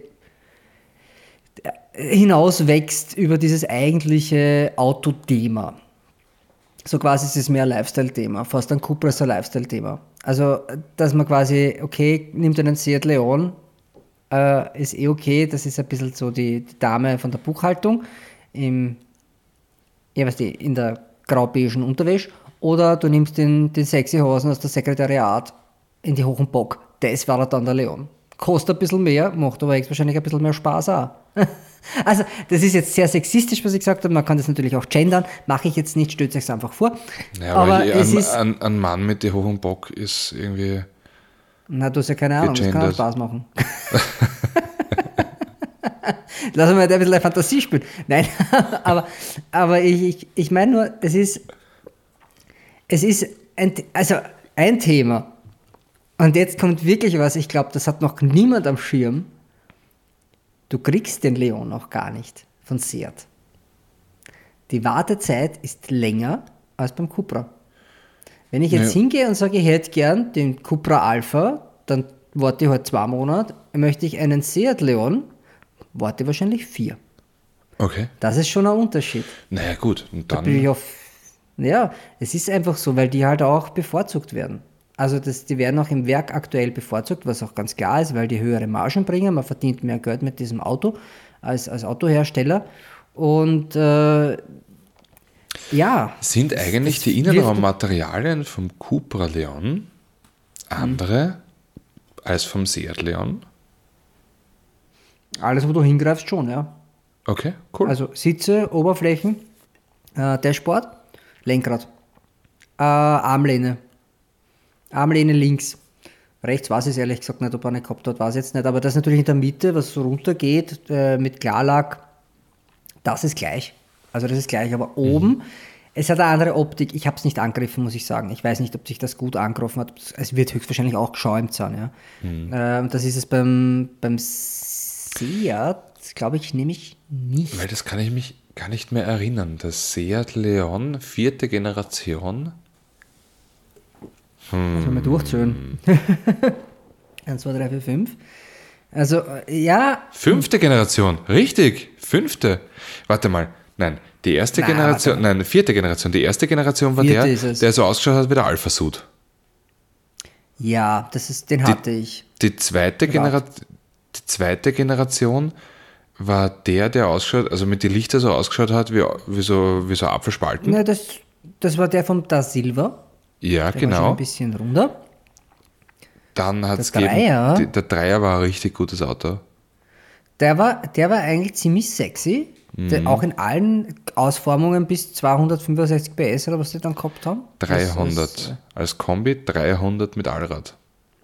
hinaus wächst über dieses eigentliche Autothema. So quasi ist es mehr ein Lifestyle-Thema. Fast ein Cupra ist ein Lifestyle-Thema. Also, dass man quasi, okay, nimmt einen Seat Leon, äh, ist eh okay. Das ist ein bisschen so die, die Dame von der Buchhaltung im, ja, weißt du, in der grau-beigen Unterwäsche. Oder du nimmst den, den sexy Hosen aus der Sekretariat in die hohen Bock. Das war dann der Leon. Kostet ein bisschen mehr, macht aber wahrscheinlich ein bisschen mehr Spaß auch. Also, das ist jetzt sehr sexistisch, was ich gesagt habe. Man kann das natürlich auch gendern. Mache ich jetzt nicht, stellt euch es einfach vor. Ja, aber, aber ich, es ein, ist ein, ein Mann mit dem hohen Bock ist irgendwie. Na, du hast ja keine Ahnung, gegendert. Das kann auch Spaß machen. Lass uns mal ein bisschen Fantasie spielen. Nein, aber, aber ich, ich, ich meine nur, es ist, es ist ein, also ein Thema. Und jetzt kommt wirklich was, ich glaube, das hat noch niemand am Schirm. Du kriegst den Leon noch gar nicht von Seat. Die Wartezeit ist länger als beim Cupra. Wenn ich jetzt ja. hingehe und sage, ich hätte gern den Cupra Alpha, dann warte ich halt zwei Monate. Möchte ich einen Seat Leon, warte ich wahrscheinlich vier. Okay. Das ist schon ein Unterschied. Naja, gut. Und dann. Da bin ich auf, ja, es ist einfach so, weil die halt auch bevorzugt werden. Also das, die werden auch im Werk aktuell bevorzugt, was auch ganz klar ist, weil die höhere Margen bringen. Man verdient mehr Geld mit diesem Auto als, als Autohersteller. Und äh, ja. Sind eigentlich die Innenraummaterialien vom Cupra Leon andere hm. als vom Seat Leon? Alles, wo du hingreifst, schon, ja. Okay, cool. Also Sitze, Oberflächen, äh, Dashboard, Lenkrad, äh, Armlehne. Armlehne links, Rechts weiß ich es ehrlich gesagt nicht, ob er eine gehabt hat, weiß ich jetzt nicht. Aber das natürlich in der Mitte, was so runtergeht äh, mit Klarlack, das ist gleich. Also das ist gleich. Aber oben, mhm. es hat eine andere Optik. Ich habe es nicht angegriffen, muss ich sagen. Ich weiß nicht, ob sich das gut angerufen hat. Es wird höchstwahrscheinlich auch geschäumt sein. Ja. Mhm. Ähm, das ist es beim, beim Seat, glaube ich, nämlich nicht. Weil das kann ich mich gar nicht mehr erinnern. Das Seat Leon, vierte Generation. Hm. Sollen wir durchzählen? eins, zwei, drei, vier, fünf. Also, ja. Fünfte Generation, richtig. Fünfte. Warte mal. Nein, die erste nein, Generation, nein, vierte Generation. Die erste Generation war vierte der, der so ausgeschaut hat wie der Alpha Sud. Ja, das ist, den hatte die, ich. Die zweite, Genera- die zweite Generation war der, der ausgeschaut, also mit den Lichtern so ausgeschaut hat wie, wie, so, wie so Apfelspalten. Na, das, das war der vom Da Silva. Ja, der genau. War schon ein bisschen runder. Dann hat es gegeben, Dreier. Die, der Dreier war ein richtig gutes Auto. Der war, der war eigentlich ziemlich sexy. Mhm. Der, auch in allen Ausformungen bis zweihundertfünfundsechzig P S oder was die dann gehabt haben. dreihundert. Das, äh, als Kombi dreihundert mit Allrad.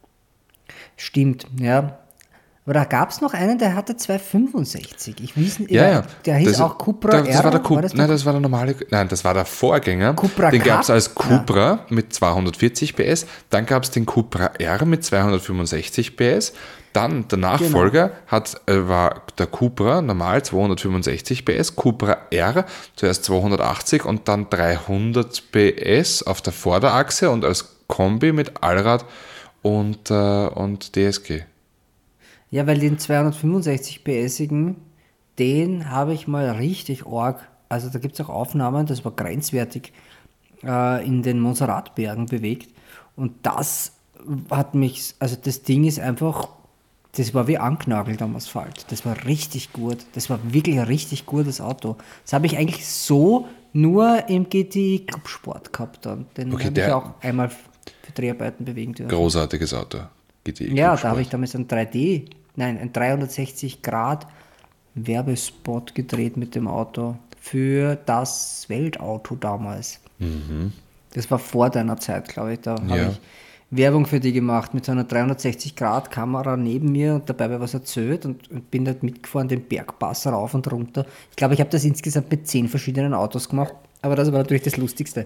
Stimmt, ja. Aber da gab es noch einen, der hatte zweihundertfünfundsechzig. Ich weiß nicht, ja, ja. Der hieß das, auch Cupra das, das war der Cup, war das Nein, das war der normale, nein, das war der Vorgänger. Cupra den gab es als Cupra ja. mit zweihundertvierzig P S. Dann gab es den Cupra R mit zweihundertfünfundsechzig P S. Dann der Nachfolger genau. hat, äh, war der Cupra, normal zweihundertfünfundsechzig P S. Cupra R, zuerst zweihundertachtzig und dann dreihundert P S auf der Vorderachse und als Kombi mit Allrad und, äh, und D S G. Ja, weil den zweihundertfünfundsechzig PS-igen, den habe ich mal richtig arg, also da gibt es auch Aufnahmen, das war grenzwertig, äh, in den Montserratbergen bewegt. Und das hat mich, also das Ding ist einfach, das war wie angenagelt am Asphalt. Das war richtig gut. Das war wirklich ein richtig gutes Auto. Das habe ich eigentlich so nur im G T I Club Sport gehabt. Dann. Den okay, habe ich auch einmal für Dreharbeiten bewegen dürfen. Großartiges Auto. G T I ja, da habe ich damals ein drei D, nein, ein dreihundertsechzig Grad Werbespot gedreht mit dem Auto für das Weltauto damals. Mhm. Das war vor deiner Zeit, glaube ich. Da ja. habe ich Werbung für die gemacht mit so einer dreihundertsechzig Grad Kamera neben mir und dabei war was erzählt und, und bin dort mitgefahren, den Bergpass rauf und runter. Ich glaube, ich habe das insgesamt mit zehn verschiedenen Autos gemacht, aber das war natürlich das Lustigste.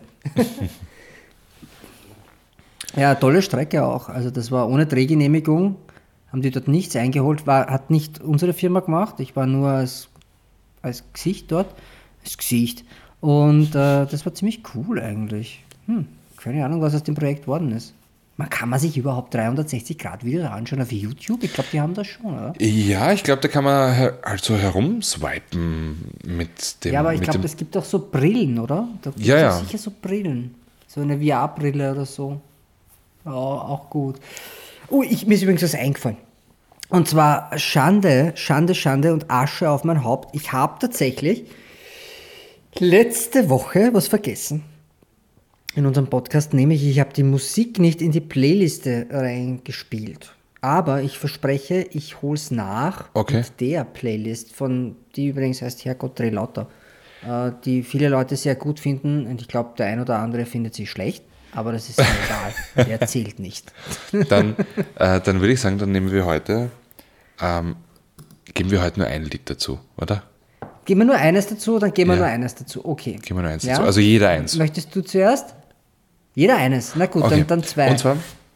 Ja, tolle Strecke auch. Also das war ohne Drehgenehmigung, haben die dort nichts eingeholt, war, hat nicht unsere Firma gemacht. Ich war nur als, als Gesicht dort, als Gesicht. Und äh, das war ziemlich cool eigentlich. Hm, keine Ahnung, was aus dem Projekt worden ist. Man kann man sich überhaupt dreihundertsechzig Grad Videos anschauen auf YouTube? Ich glaube, die haben das schon, oder? Ja, ich glaube, da kann man her- also herumswipen mit dem... Ja, aber ich glaube, es gibt auch so Brillen, oder? Da gibt ja, es ja. sicher so Brillen. So eine V R-Brille oder so. Ja, auch gut. Oh, ich, mir ist übrigens was eingefallen. Und zwar Schande, Schande, Schande und Asche auf mein Haupt. Ich habe tatsächlich letzte Woche was vergessen. In unserem Podcast nämlich, ich habe die Musik nicht in die Playliste reingespielt. Aber ich verspreche, ich hole es nach okay. mit der Playlist, von, die übrigens heißt Herrgott dreh lauter, äh, die viele Leute sehr gut finden und ich glaube, der ein oder andere findet sie schlecht, aber das ist mir egal, der zählt nicht. Dann, äh, dann würde ich sagen, dann nehmen wir heute, ähm, geben wir heute nur ein Lied dazu, oder? Geben wir nur eines dazu, dann geben wir ja. nur eines dazu, okay. Geben wir nur eins ja? dazu, also jeder eins. Möchtest du zuerst? Jeder eines, na gut, okay. dann, dann zwei. Und zwar?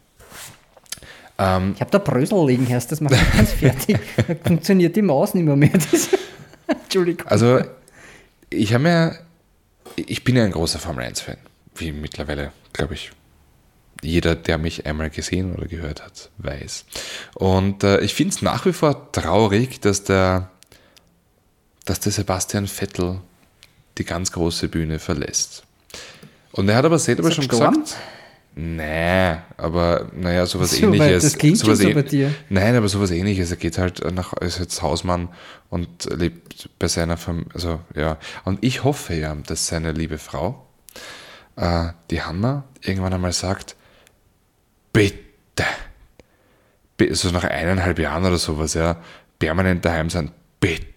Ähm, ich habe da Brösel liegen, Herr, das macht mich ganz fertig. Da funktioniert die Maus nicht mehr. mehr. Das, Entschuldigung. Also, ich habe mir, ich bin ja ein großer Formel eins Fan, wie mittlerweile, glaube ich, jeder, der mich einmal gesehen oder gehört hat, weiß. Und äh, ich finde es nach wie vor traurig, dass der, dass der Sebastian Vettel die ganz große Bühne verlässt. Und er hat aber selber schon gestorben? gesagt, nee, aber naja, sowas so, ähnliches. Das klingt sowas schon so bei dir. Nein, aber sowas ähnliches. Er geht halt nach, ist jetzt Hausmann und lebt bei seiner Familie, also ja. Und ich hoffe ja, dass seine liebe Frau, äh, die Hanna, irgendwann einmal sagt, bitte, so nach eineinhalb Jahren oder sowas, ja, permanent daheim sein, bitte.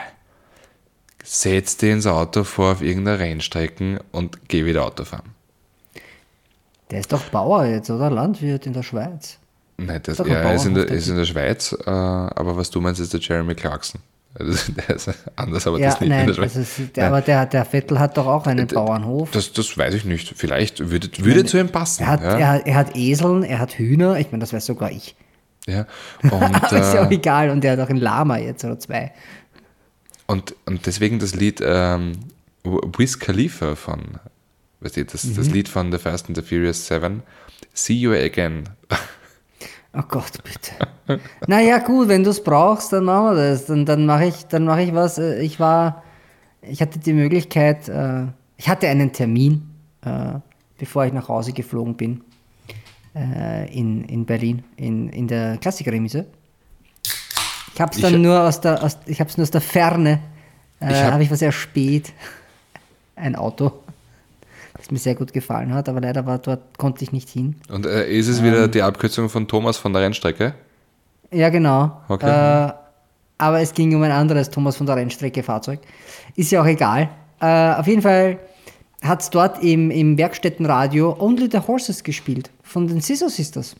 Setz dir ins Auto vor auf irgendeiner Rennstrecke und geh wieder Auto fahren. Der ist doch Bauer jetzt, oder? Landwirt in der Schweiz. Nein, das, Doch ein er ist in, der, Bauernhof, ist in der Schweiz, äh, aber was du meinst, ist der Jeremy Clarkson. Also, der ist anders, aber Ja, das nicht nein, in der Schweiz. das ist, der, aber der, der Vettel hat doch auch einen D- Bauernhof. Das, das weiß ich nicht. Vielleicht würde, würde zu ihm passen. Er hat, ja. er, hat- er hat Eseln, er hat Hühner, ich meine, das weiß sogar ich. Ja. Und, Aber ist ja auch äh, egal, und der hat auch ein Lama jetzt oder zwei. und, und deswegen das Lied ähm, Wiz Khalifa von, weißt du, das, Mhm. das Lied von The Fast and the Furious Seven, See You Again. Oh Gott, bitte. Naja, gut, wenn du es brauchst, dann machen wir das. Dann, dann mache ich, dann mache ich was. Äh, Ich war, ich hatte die Möglichkeit, äh, ich hatte einen Termin, äh, bevor ich nach Hause geflogen bin, äh, in, in Berlin, in, in der Klassikerremise. Ich habe es dann Ich- nur aus der, aus, ich habe es nur aus der Ferne, äh, Ich hab- habe ich was erspäht. Ein Auto, das mir sehr gut gefallen hat, aber leider war dort, konnte ich nicht hin. Und äh, ist es Ähm. wieder die Abkürzung von Thomas von der Rennstrecke? Ja, genau. Okay. Äh, aber es ging um ein anderes Thomas von der Rennstrecke Fahrzeug. Ist ja auch egal. Äh, auf jeden Fall hat es dort im, im Werkstättenradio Only the Horses gespielt, von den Scissor Sisters.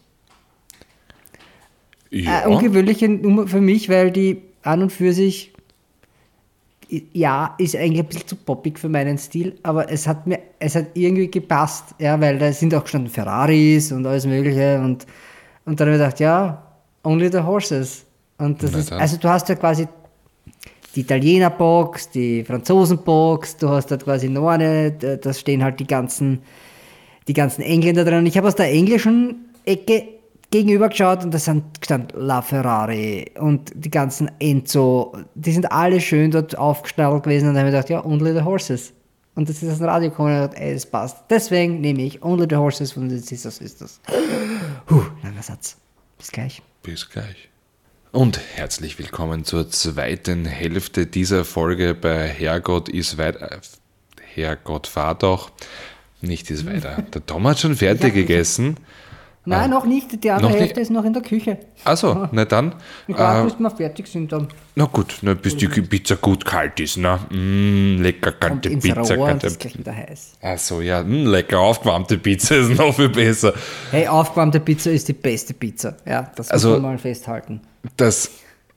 Ja. Äh, ungewöhnliche Nummer für mich, weil die an und für sich, ja, ist eigentlich ein bisschen zu poppig für meinen Stil, aber es hat mir, es hat irgendwie gepasst, ja, weil da sind auch gestanden Ferraris und alles Mögliche und, und dann habe ich gedacht, ja, Only the Horses. Und das Na ist, dann. also du hast ja quasi die Italiener-Box, die Franzosen-Box, du hast da quasi noch eine, da da stehen halt die ganzen, die ganzen Engländer drin. Und ich habe aus der englischen Ecke gegenüber geschaut und da sind gestanden La Ferrari und die ganzen Enzo, die sind alle schön dort aufgeschnallt gewesen und dann habe ich gedacht, ja, Only the Horses. Und das ist aus dem Radio gekommen und ich habe gedacht, ey, das passt. Deswegen nehme ich Only the Horses von den Scissor Sisters. Puh, langer Satz. Bis gleich. Bis gleich. Und herzlich willkommen zur zweiten Hälfte dieser Folge bei Herrgott ist weit. Äh, Herrgott, fahr doch. Nicht ist weiter. Der Tom hat schon fertig Ich hab- ich hab- gegessen. Nein, noch nicht. Die andere Noch Hälfte nicht? ist noch in der Küche. Also, na dann. Ich warte, Äh, bis wir fertig sind dann. na gut, na, bis die Pizza gut kalt ist. Na, mm, lecker Und kalte ins Pizza. Rohr und Kalte. das ist gleich wieder heiß. Achso, ja, mm, lecker aufgewärmte Pizza ist noch viel besser. Hey, aufgewärmte Pizza ist die beste Pizza. Ja, das Also- muss man mal festhalten. Das.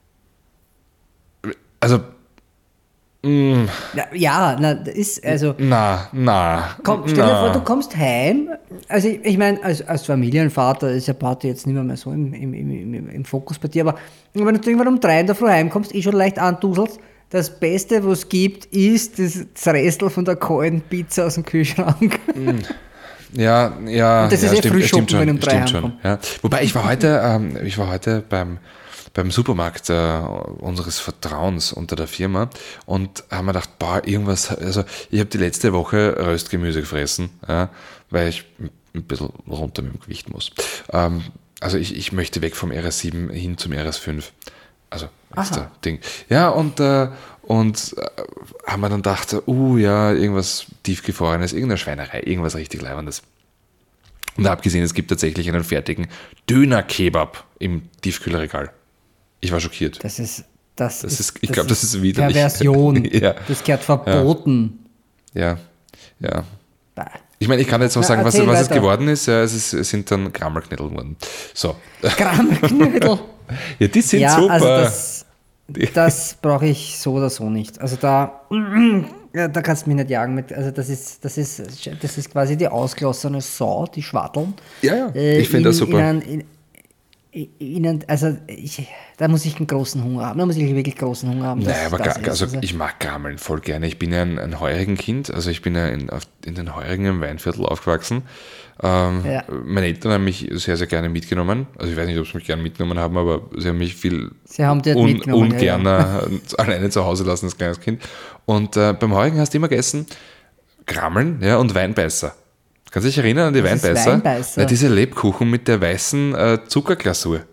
Also. Mm, Ja, ja, na, das ist, also, na, na. komm, stell dir na. vor, du kommst heim. Also, ich, ich meine, als, als Familienvater ist ja Party jetzt nicht mehr, mehr so im, im, im, im, im Fokus bei dir, aber wenn du irgendwann um drei in der Früh heimkommst, eh schon leicht anduselst, das Beste, was es gibt, ist das, das Restel von der kalten Pizza aus dem Kühlschrank. Ja, ja, Und das ja, ist eh stimmt, früh stimmt shoppen, wenn schon, um drei stimmt schon. heimkommt. Ja. Wobei ich war heute, ähm, ich war heute beim, beim Supermarkt äh, unseres Vertrauens unter der Firma und haben mir gedacht, boah, irgendwas, also ich habe die letzte Woche Röstgemüse gefressen, ja, weil ich ein bisschen runter mit dem Gewicht muss. Ähm, also ich, ich möchte weg vom R S sieben hin zum R S fünf. Also extra Aha. Ding. Ja, und, äh, und äh, haben wir dann gedacht, uh, ja, irgendwas tiefgefrorenes, irgendeine Schweinerei, irgendwas richtig Leibendes. Und abgesehen, es gibt tatsächlich einen fertigen Döner-Kebab im Tiefkühlregal. Ich war schockiert. Das ist, das, Das ist- ich glaub, das ist ist widerlich. Perversion. Ja. Das gehört verboten. Ja, ja. Bah. Ich meine, ich kann jetzt auch Na, sagen, was, erzähl was es weiter. geworden ist. Ja, es, ist, es sind dann Krammelknödel geworden. So. Krammelknödel. Ja, die sind Ja, super. also das, das brauche ich so oder so nicht. Also da, ja, da kannst du mich nicht jagen mit. Also das ist, das ist, das ist quasi die ausgelassene Sau, die Schwaddeln. Ja, ja, Äh, ich finde das in- super. In, ein- in, in, also ich, da muss ich einen großen Hunger haben. Da muss ich wirklich großen Hunger haben. dass Nein, aber das gar, ist. also Also, ich mag Gammeln voll gerne. Ich bin ja ein, ein heurigen Kind, also ich bin ja in, auf, in den Heurigen im Weinviertel aufgewachsen. Ähm, Ja. Meine Eltern haben mich sehr, sehr gerne mitgenommen. Also ich weiß nicht, ob sie mich gerne mitgenommen haben, aber sie haben mich viel Sie haben dich un, mitgenommen, ja, ungerner alleine zu Hause lassen als kleines Kind. Und äh, beim Heurigen hast du immer gegessen Grammeln, ja, und Weinbeißer. Kannst du dich erinnern an die Was ist Weinbeißer? Weinbeißer? Ja, diese Lebkuchen mit der weißen äh, Zuckerglasur.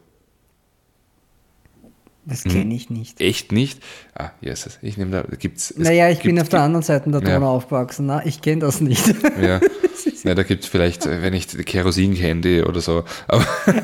das Mhm. kenne ich nicht. Echt nicht? Ah, yes, ich nehme da, da gibt's. es Naja, ich bin gibt- auf der anderen Seite der Ja. Donau aufgewachsen. Na, ich kenne das nicht. Ja, ja da gibt es vielleicht, äh, wenn nicht Kerosin-Candy oder so. Aber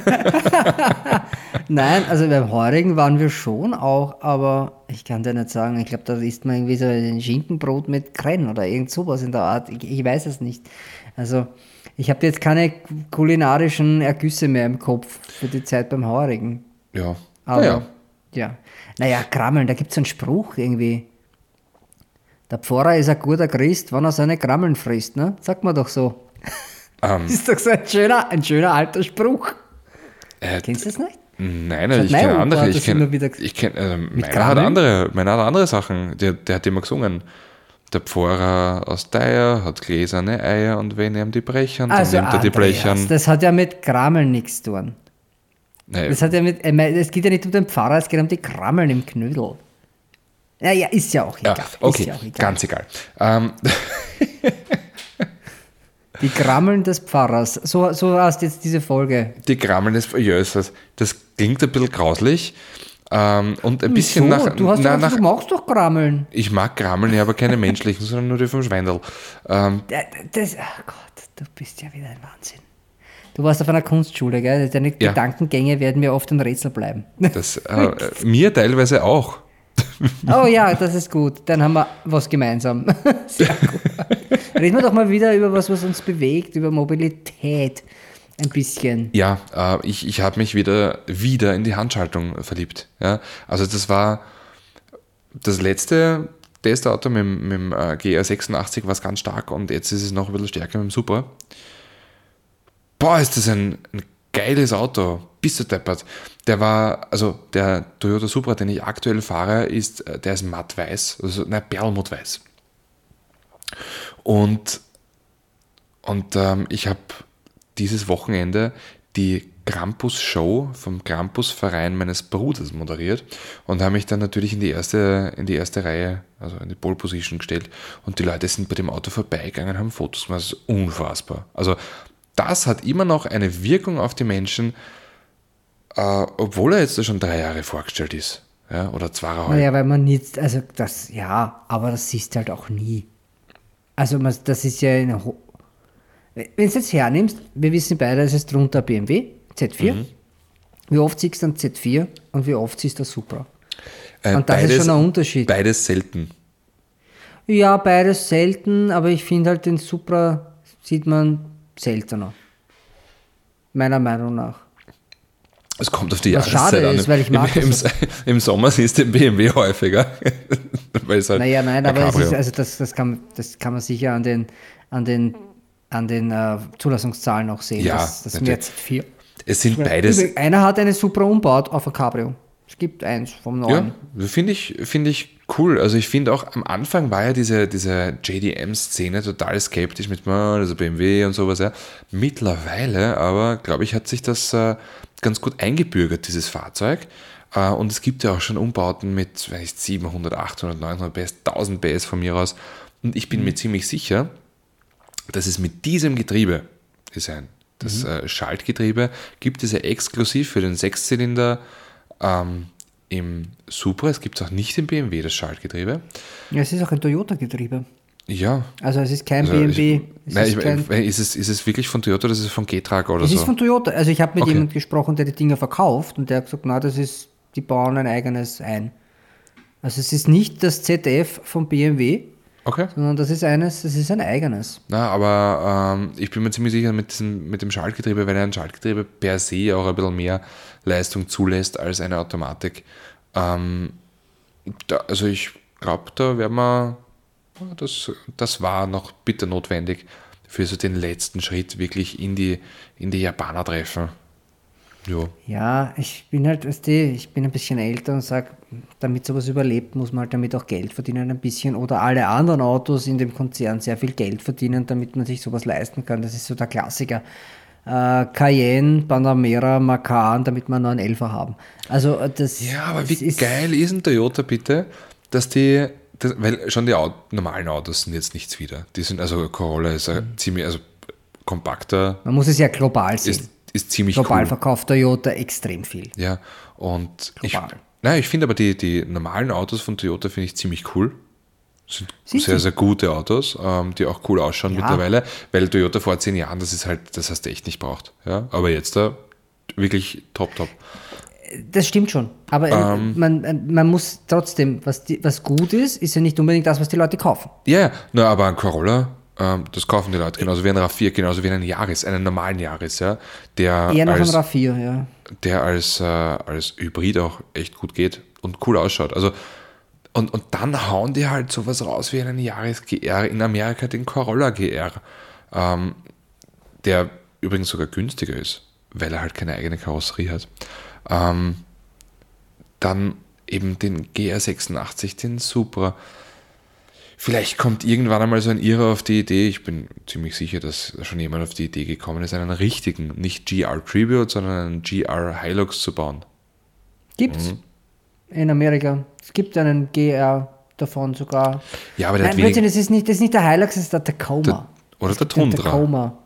Nein, also beim Heurigen waren wir schon auch, aber ich kann dir nicht sagen, ich glaube, da isst man irgendwie so ein Schinkenbrot mit Krenn oder irgend sowas in der Art. Ich, ich weiß es nicht. Also Ich habe jetzt keine kulinarischen Ergüsse mehr im Kopf für die Zeit beim Haurigen. Ja, Aber, naja. ja. Naja, Krammeln, da gibt es einen Spruch irgendwie. Der Pfarrer ist ein guter Christ, wenn er seine Krammeln frisst, ne? Sagt man doch so. Ähm, Ist doch so ein schöner, ein schöner alter Spruch. äh, Kennst du das nicht? Nein, hat ich mein kenne Opa andere. das Ich kenne, immer wieder ges- ich kenn, äh, meiner, hat Krammeln? andere, meiner hat andere Sachen. Der, der hat immer gesungen. Der Pfarrer aus Deier hat gläserne Eier und wenn ihm die brechern, dann Also nimmt er die Andreas, Blechern. das hat ja mit Krammeln nichts zu tun. Nee, Das hat ja mit, äh, es geht ja nicht um den Pfarrer, es geht um die Krammeln im Knödel. Naja, ist ja auch ja, egal. okay, ist ja auch egal. ganz egal. Ähm, Die Krammeln des Pfarrers. So, so heißt jetzt diese Folge. die Krammeln des Jösses. Das klingt ein bisschen grauslich ähm, und ein bisschen Wieso? nach... du, hast na, doch, nach du magst doch Krammeln. ich mag Krammeln, ja, aber keine menschlichen, sondern nur die vom Schweindel. Ähm, Ja, Das, ach Gott, du bist ja wieder ein Wahnsinn. Du warst auf einer Kunstschule, gell? Deine Ja. Gedankengänge werden mir oft ein Rätsel bleiben. das, äh, mir teilweise auch. Oh ja, das ist gut. Dann haben wir was gemeinsam. Sehr gut. Reden wir doch mal wieder über was, was uns bewegt, über Mobilität. Ein bisschen. Ja, äh, ich, ich habe mich wieder, wieder in die Handschaltung verliebt. Ja? Also das war das letzte Testauto mit, dem- mit dem äh, G R sechsundachtzig, war es ganz stark und jetzt ist es noch ein bisschen stärker mit dem Supra. Boah, ist das ein, ein geiles Auto. Bist du deppert. Der war, also der Toyota Supra, den ich aktuell fahre, ist, äh, der ist matt-weiß, also nein, perlmuttweiß. Und, und ähm, ich habe dieses Wochenende die Krampus-Show vom Krampus-Verein meines Bruders moderiert und habe mich dann natürlich in die erste, in die erste Reihe, also in die Pole Position gestellt und die Leute sind bei dem Auto vorbeigegangen, haben Fotos gemacht. Das ist unfassbar. Also das hat immer noch eine Wirkung auf die Menschen, äh, obwohl er jetzt schon drei Jahre vorgestellt ist. Ja, oder zweieinhalb. Naja, weil man nicht, also das, ja, aber das siehst du halt auch nie. Also man, das ist ja eine, Ho- wenn du es jetzt hernimmst, wir wissen beide, es ist drunter ein B M W, Z vier. Mhm. Wie oft siehst du einen Z vier und wie oft siehst du einen Supra? Äh, und das ist schon ein Unterschied. Beides selten. Ja, beides selten, aber ich finde halt den Supra sieht man seltener. Meiner Meinung nach. Es kommt auf die Was Jahreszeit schade an. ist, weil ich mag Im, das im, Im Sommer siehst du den B M W häufiger. Weil es halt Naja, nein, ein aber es Cabrio. ist, also das, das, kann, das kann man sicher an den, an den, an den äh, Zulassungszahlen auch sehen. Ja, das, das natürlich. mehr Z vier. Es sind beides. Übrigens, einer hat eine Supra umbaut auf ein Cabrio. Es gibt eins vom neuen. Ja, finde ich, finde ich cool. Also ich finde auch, am Anfang war ja diese, diese J D M-Szene total skeptisch mit oh, also B M W und sowas. Ja. Mittlerweile aber, glaube ich, hat sich das äh, ganz gut eingebürgert, dieses Fahrzeug. Äh, und es gibt ja auch schon Umbauten mit weiß ich, siebenhundert, achthundert, neunhundert P S, tausend P S von mir aus. Und ich bin Mhm. mir ziemlich sicher, dass es mit diesem Getriebe-Design, das äh, Schaltgetriebe, gibt es ja exklusiv für den Sechszylinder ähm, im Supra. Es gibt es auch nicht im B M W, das Schaltgetriebe. Ja, es ist auch ein Toyota-Getriebe. Ja. Also es ist kein Also B M W. Ich, Es, nein, ist, ich, kein, ist, es, ist es wirklich von Toyota oder ist es von Getrag oder es so? ist von Toyota. Also ich habe mit Okay. jemandem gesprochen, der die Dinger verkauft und der hat gesagt, na, das ist, die bauen ein eigenes ein. Also es ist nicht das Z F vom B M W, Okay. sondern das ist eines, das ist ein eigenes. Na, aber ähm, ich bin mir ziemlich sicher mit, diesem, mit dem Schaltgetriebe, weil ein Schaltgetriebe per se auch ein bisschen mehr Leistung zulässt als eine Automatik. Ähm, da, also ich glaube, da werden wir, das, das war noch bitter notwendig für so den letzten Schritt wirklich in die, in die Japaner treffen. Ja. Ja, ich bin halt, weißt du, ich bin ein bisschen älter und sage, damit sowas überlebt, muss man halt damit auch Geld verdienen ein bisschen oder alle anderen Autos in dem Konzern sehr viel Geld verdienen, damit man sich sowas leisten kann. Das ist so der Klassiker. Äh, Cayenne, Panamera, Macan, damit wir nur einen Elfer haben. Also äh, das Ja, aber es wie ist, geil ist ein Toyota bitte, dass die, das, weil schon die Aut- normalen Autos sind jetzt nichts wieder. Die sind, also Corolla ist ein ziemlich, also kompakter, man muss es ja global sehen. ist, ist ziemlich Global cool. verkauft Toyota extrem viel. Ja, und ich, Global. nein, ich finde aber die, die normalen Autos von Toyota finde ich ziemlich cool. Sind Sind sehr, sie? sehr gute Autos, ähm, die auch cool ausschauen Ja. mittlerweile, weil Toyota vor zehn Jahren, das ist halt, das hast du echt nicht braucht. Ja? Aber jetzt da wirklich top, top. Das stimmt schon. Aber äh, Ähm. man, man muss trotzdem, was, die, was gut ist, ist ja nicht unbedingt das, was die Leute kaufen. Ja, ja, na, aber ein Corolla, Ähm, das kaufen die Leute, genauso wie ein RAV vier, genauso wie einen Yaris, einen normalen Yaris, ja, der Eher noch als, ein RAV vier, ja. der als, äh, als Hybrid auch echt gut geht und cool ausschaut. Also, und, und dann hauen die halt sowas raus wie einen Yaris G R, in Amerika den Corolla G R, ähm, der übrigens sogar günstiger ist, weil er halt keine eigene Karosserie hat. Ähm, dann eben den G R sechsundachtzig, den Supra. Vielleicht kommt irgendwann einmal so ein Irrer auf die Idee, ich bin ziemlich sicher, dass schon jemand auf die Idee gekommen ist, einen richtigen, nicht G R Tribute, sondern einen G R Hilux zu bauen. Gibt's mhm. in Amerika. Es gibt einen G R davon sogar. Ja, aber der Nein, hat wenig... das ist nicht, das ist nicht der Hilux, das ist der Tacoma. Der, oder es der Tundra. Den Tacoma.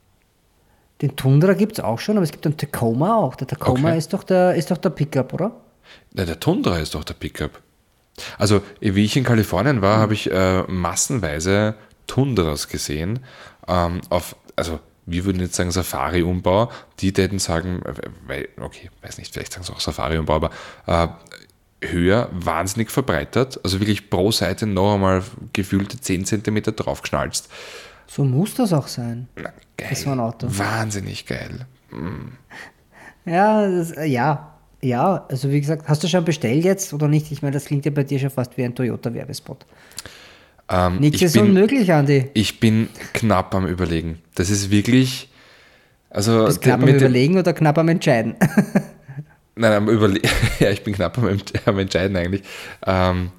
Den Tundra gibt es auch schon, aber es gibt einen Tacoma auch. Der Tacoma Okay. ist doch der, ist doch der Pickup, oder? Ja, der Tundra ist doch der Pickup. Also, wie ich in Kalifornien war, mhm. habe ich äh, massenweise Tundras gesehen. Ähm, auf, also, wir würden jetzt sagen Safari-Umbau. Die täten sagen, weil, okay, weiß nicht, vielleicht sagen sie auch Safari-Umbau, aber äh, höher, wahnsinnig verbreitert. Also wirklich pro Seite noch einmal gefühlte zehn Zentimeter draufgeschnalzt. So muss das auch sein. Na, geil. Das war ein Auto. Wahnsinnig geil. Mm. Ja, das, ja. Ja, also wie gesagt, hast du schon bestellt jetzt oder nicht? Ich meine, das klingt ja bei dir schon fast wie ein Toyota-Werbespot. Ähm, Nichts ist unmöglich, Andi. Ich bin knapp am Überlegen. Das ist wirklich... Also Bist knapp am Überlegen oder knapp am Entscheiden? Nein, am Überlegen. Ja, ich bin knapp am, am Entscheiden eigentlich. Ähm,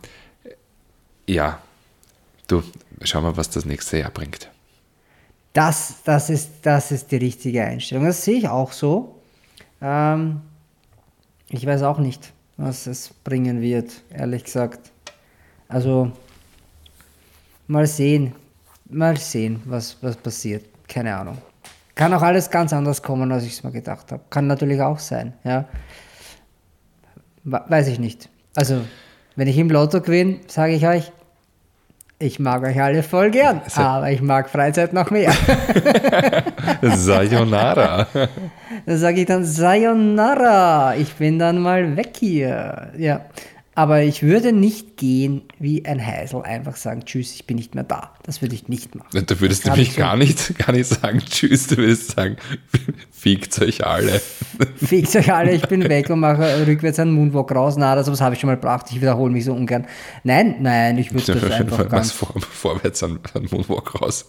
ja, du, schau mal, was das nächste Jahr bringt. Das, das, ist, das ist die richtige Einstellung. Das sehe ich auch so. Ähm, ich weiß auch nicht, was es bringen wird, ehrlich gesagt. Also, mal sehen. Mal sehen, was, was passiert. Keine Ahnung. Kann auch alles ganz anders kommen, als ich es mir gedacht habe. Kann natürlich auch sein, ja. Weiß ich nicht. Also, wenn ich im Lotto gewinne, sage ich euch, ich mag euch alle voll gern, also, aber ich mag Freizeit noch mehr. Sayonara. Da sage ich dann Sayonara, ich bin dann mal weg hier. Ja. Aber ich würde nicht gehen wie ein Heisel, einfach sagen, tschüss, ich bin nicht mehr da. Das würde ich nicht machen. Du würdest nämlich gar nicht, gar nicht sagen, tschüss, du würdest sagen, fickt euch alle. Fickt euch alle, ich bin weg und mache rückwärts einen Moonwalk raus. Na, das was habe ich schon mal gebracht, ich wiederhole mich so ungern. Nein, nein, ich würde das einfach ganz... Vor, vorwärts einen, einen Moonwalk raus.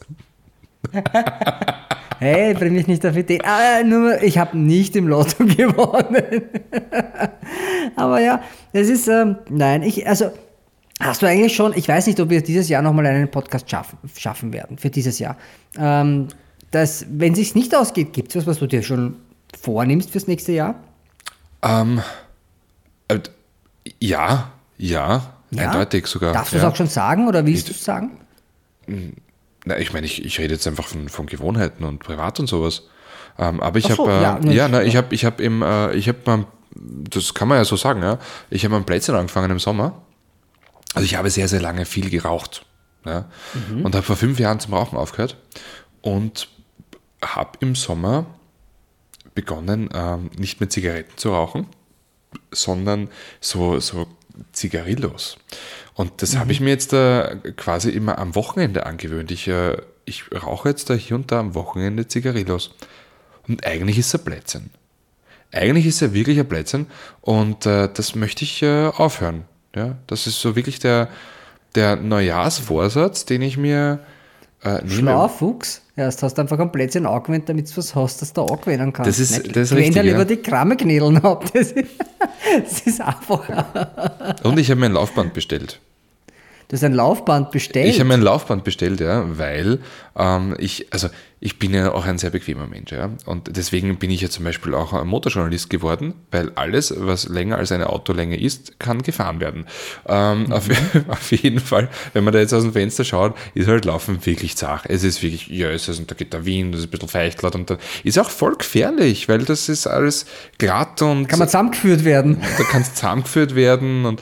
Hey, bring mich nicht auf Ideen. Ah, nur, ich habe nicht im Lotto gewonnen. Aber ja, es ist, ähm, nein, ich, also, hast du eigentlich schon, ich weiß nicht, ob wir dieses Jahr nochmal einen Podcast schaffen, schaffen werden, für dieses Jahr. Ähm, dass, wenn es sich nicht ausgeht, gibt es was, was du dir schon vornimmst fürs nächste Jahr? Ähm, äh, ja, ja, ja, eindeutig sogar. Darfst du ja. es auch schon sagen oder willst du es sagen? Na, ich meine, ich, ich rede jetzt einfach von, von Gewohnheiten und privat und sowas. Ähm, aber ich so, habe, äh, ja, ja, na, ich habe, ich habe im, äh, ich habe, das kann man ja so sagen, ja, ich habe mein Plätzchen angefangen im Sommer. Also ich habe sehr, sehr lange viel geraucht, ja, mhm. und habe vor fünf Jahren zum Rauchen aufgehört und habe im Sommer begonnen, ähm, nicht mehr Zigaretten zu rauchen, sondern so, so Zigarillos. Und das mhm. habe ich mir jetzt äh, quasi immer am Wochenende angewöhnt. Ich, äh, ich rauche jetzt da hier und da am Wochenende Zigarillos. Und eigentlich ist er Plätzchen. Eigentlich ist er wirklich ein Plätzchen und äh, das möchte ich äh, aufhören. Ja? Das ist so wirklich der, der Neujahrsvorsatz, den ich mir äh, nehme. Schlauer Fuchs. Ja, jetzt hast du einfach ein Plätzchen angewendet, damit du was hast, das du angewinnen kannst. Das ist, das ist richtig, ja. lieber die Krammeknädeln ab. Das ist, das ist einfacher. Und ich habe mir ein Laufband bestellt. Du hast ein Laufband bestellt? Ich habe mir ein Laufband bestellt, ja, weil ähm, ich, also ich bin ja auch ein sehr bequemer Mensch, ja, und deswegen bin ich ja zum Beispiel auch ein Motorjournalist geworden, weil alles, was länger als eine Autolänge ist, kann gefahren werden. Ähm, mhm. auf, auf jeden Fall, wenn man da jetzt aus dem Fenster schaut, ist halt Laufen wirklich zart. Es ist wirklich, ja, es ist, und da geht der Wind, das ist ein bisschen feucht und da ist auch voll gefährlich, weil das ist alles glatt und... Kann man zusammengeführt werden. Da kann es zusammengeführt werden und...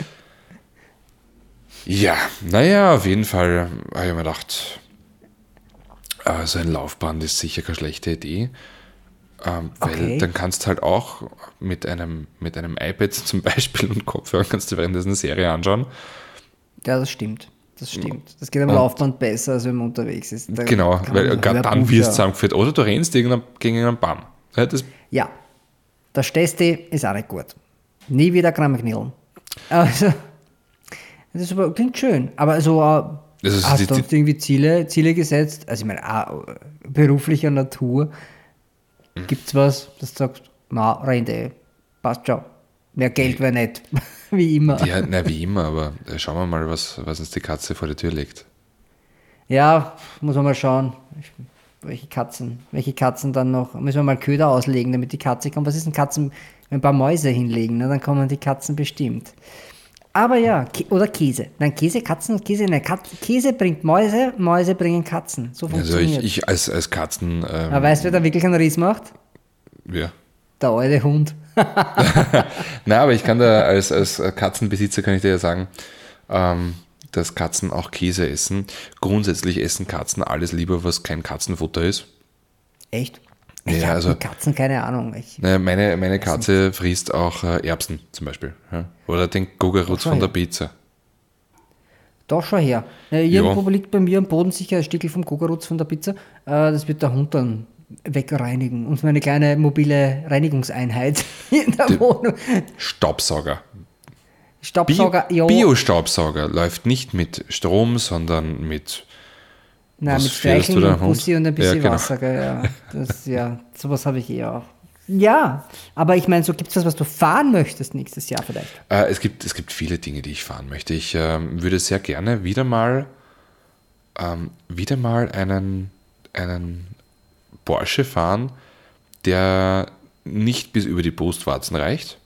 Ja, naja, auf jeden Fall habe ich mir gedacht, äh, so ein Laufband ist sicher keine schlechte Idee, ähm, weil okay. dann kannst du halt auch mit einem, mit einem iPad zum Beispiel und Kopfhörer kannst du währenddessen eine Serie anschauen. Ja, das stimmt. das stimmt. Das geht am Laufband besser, als wenn man unterwegs ist. Da Genau, kann weil man gerade dann Hörbuch wirst du hören. zusammengeführt. Oder du rennst irgendein- gegen einen Baum. Ja, das, Ja, der Stesti ist auch nicht gut. Nie wieder Kramknillen. Also, das ist aber, klingt schön. Aber so, äh, Also, hast die- du uns irgendwie Ziele, Ziele gesetzt? Also ich meine, auch äh, beruflicher Natur. Gibt es was, das du sagst, na, Rente, passt schon. Mehr Geld wäre nicht. Wie immer. ja, na, wie immer, aber äh, schauen wir mal, was, was uns die Katze vor die Tür legt. Ja, muss man mal schauen, welche Katzen, welche Katzen dann noch, müssen wir mal Köder auslegen, damit die Katze kommt. Was ist denn Katzen, wenn ein paar Mäuse hinlegen, ne, dann kommen die Katzen bestimmt. Aber ja, Kä- oder Käse. Nein, Käse, Katzen und Käse, nein, Kat Käse bringt Mäuse, Mäuse bringen Katzen. So Also funktioniert. ich, ich als, als Katzen, ähm, Aber weißt du, wer da wirklich einen Ries macht? ja. Der alte Hund. Na, aber ich kann da als, als Katzenbesitzer kann ich dir ja sagen, ähm, dass Katzen auch Käse essen. Grundsätzlich essen Katzen alles lieber, was kein Katzenfutter ist. Echt? Ja, Ich hab also- mit Katzen keine Ahnung. Ich, Naja, meine, meine Katze frisst auch äh, Erbsen zum Beispiel. Ja? Oder den Gogarutz Ach so, von der ja. Pizza. Doch, schon her. Äh, irgendwo liegt bei mir am Boden sicher ein Stückel vom Kogerutz von der Pizza. Äh, das wird der Hund dann wegreinigen. Und meine kleine mobile Reinigungseinheit in der Wohnung. Staubsauger. Staubsauger, Bio- ja. Bio-Staubsauger läuft nicht mit Strom, sondern mit. Nein, was mit fährst Streicheln du da, und Hund? Bussi und ein bisschen Ja, genau. Wasser. Gell, ja. Das, ja, sowas habe ich eh auch. Ja, aber ich meine, so gibt es was, was du fahren möchtest nächstes Jahr vielleicht. Äh, es, gibt, es gibt viele Dinge, die ich fahren möchte. Ich ähm, würde sehr gerne wieder mal, ähm, wieder mal einen, einen Porsche fahren, der nicht bis über die Brustwarzen reicht.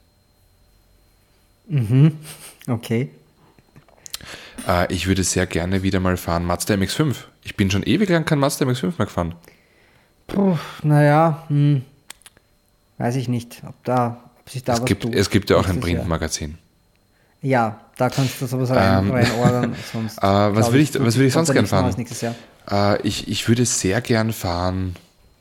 Okay. Äh, ich würde sehr gerne wieder mal fahren Mazda M X fünf. Ich bin schon ewig lang kein Mazda M X fünf mehr gefahren. Puh, naja, hm, weiß ich nicht, ob, da, ob sich da Es was gibt, tut. es gibt ja auch ein nächstes Jahr. Printmagazin. Ja, da kannst du sowas rein, Ähm, reinordern. Sonst, äh, was glaub würde ich- was würde ich kommt sonst da gern nichts fahren? Neues nächstes Jahr. Äh, ich, ich würde sehr gern fahren.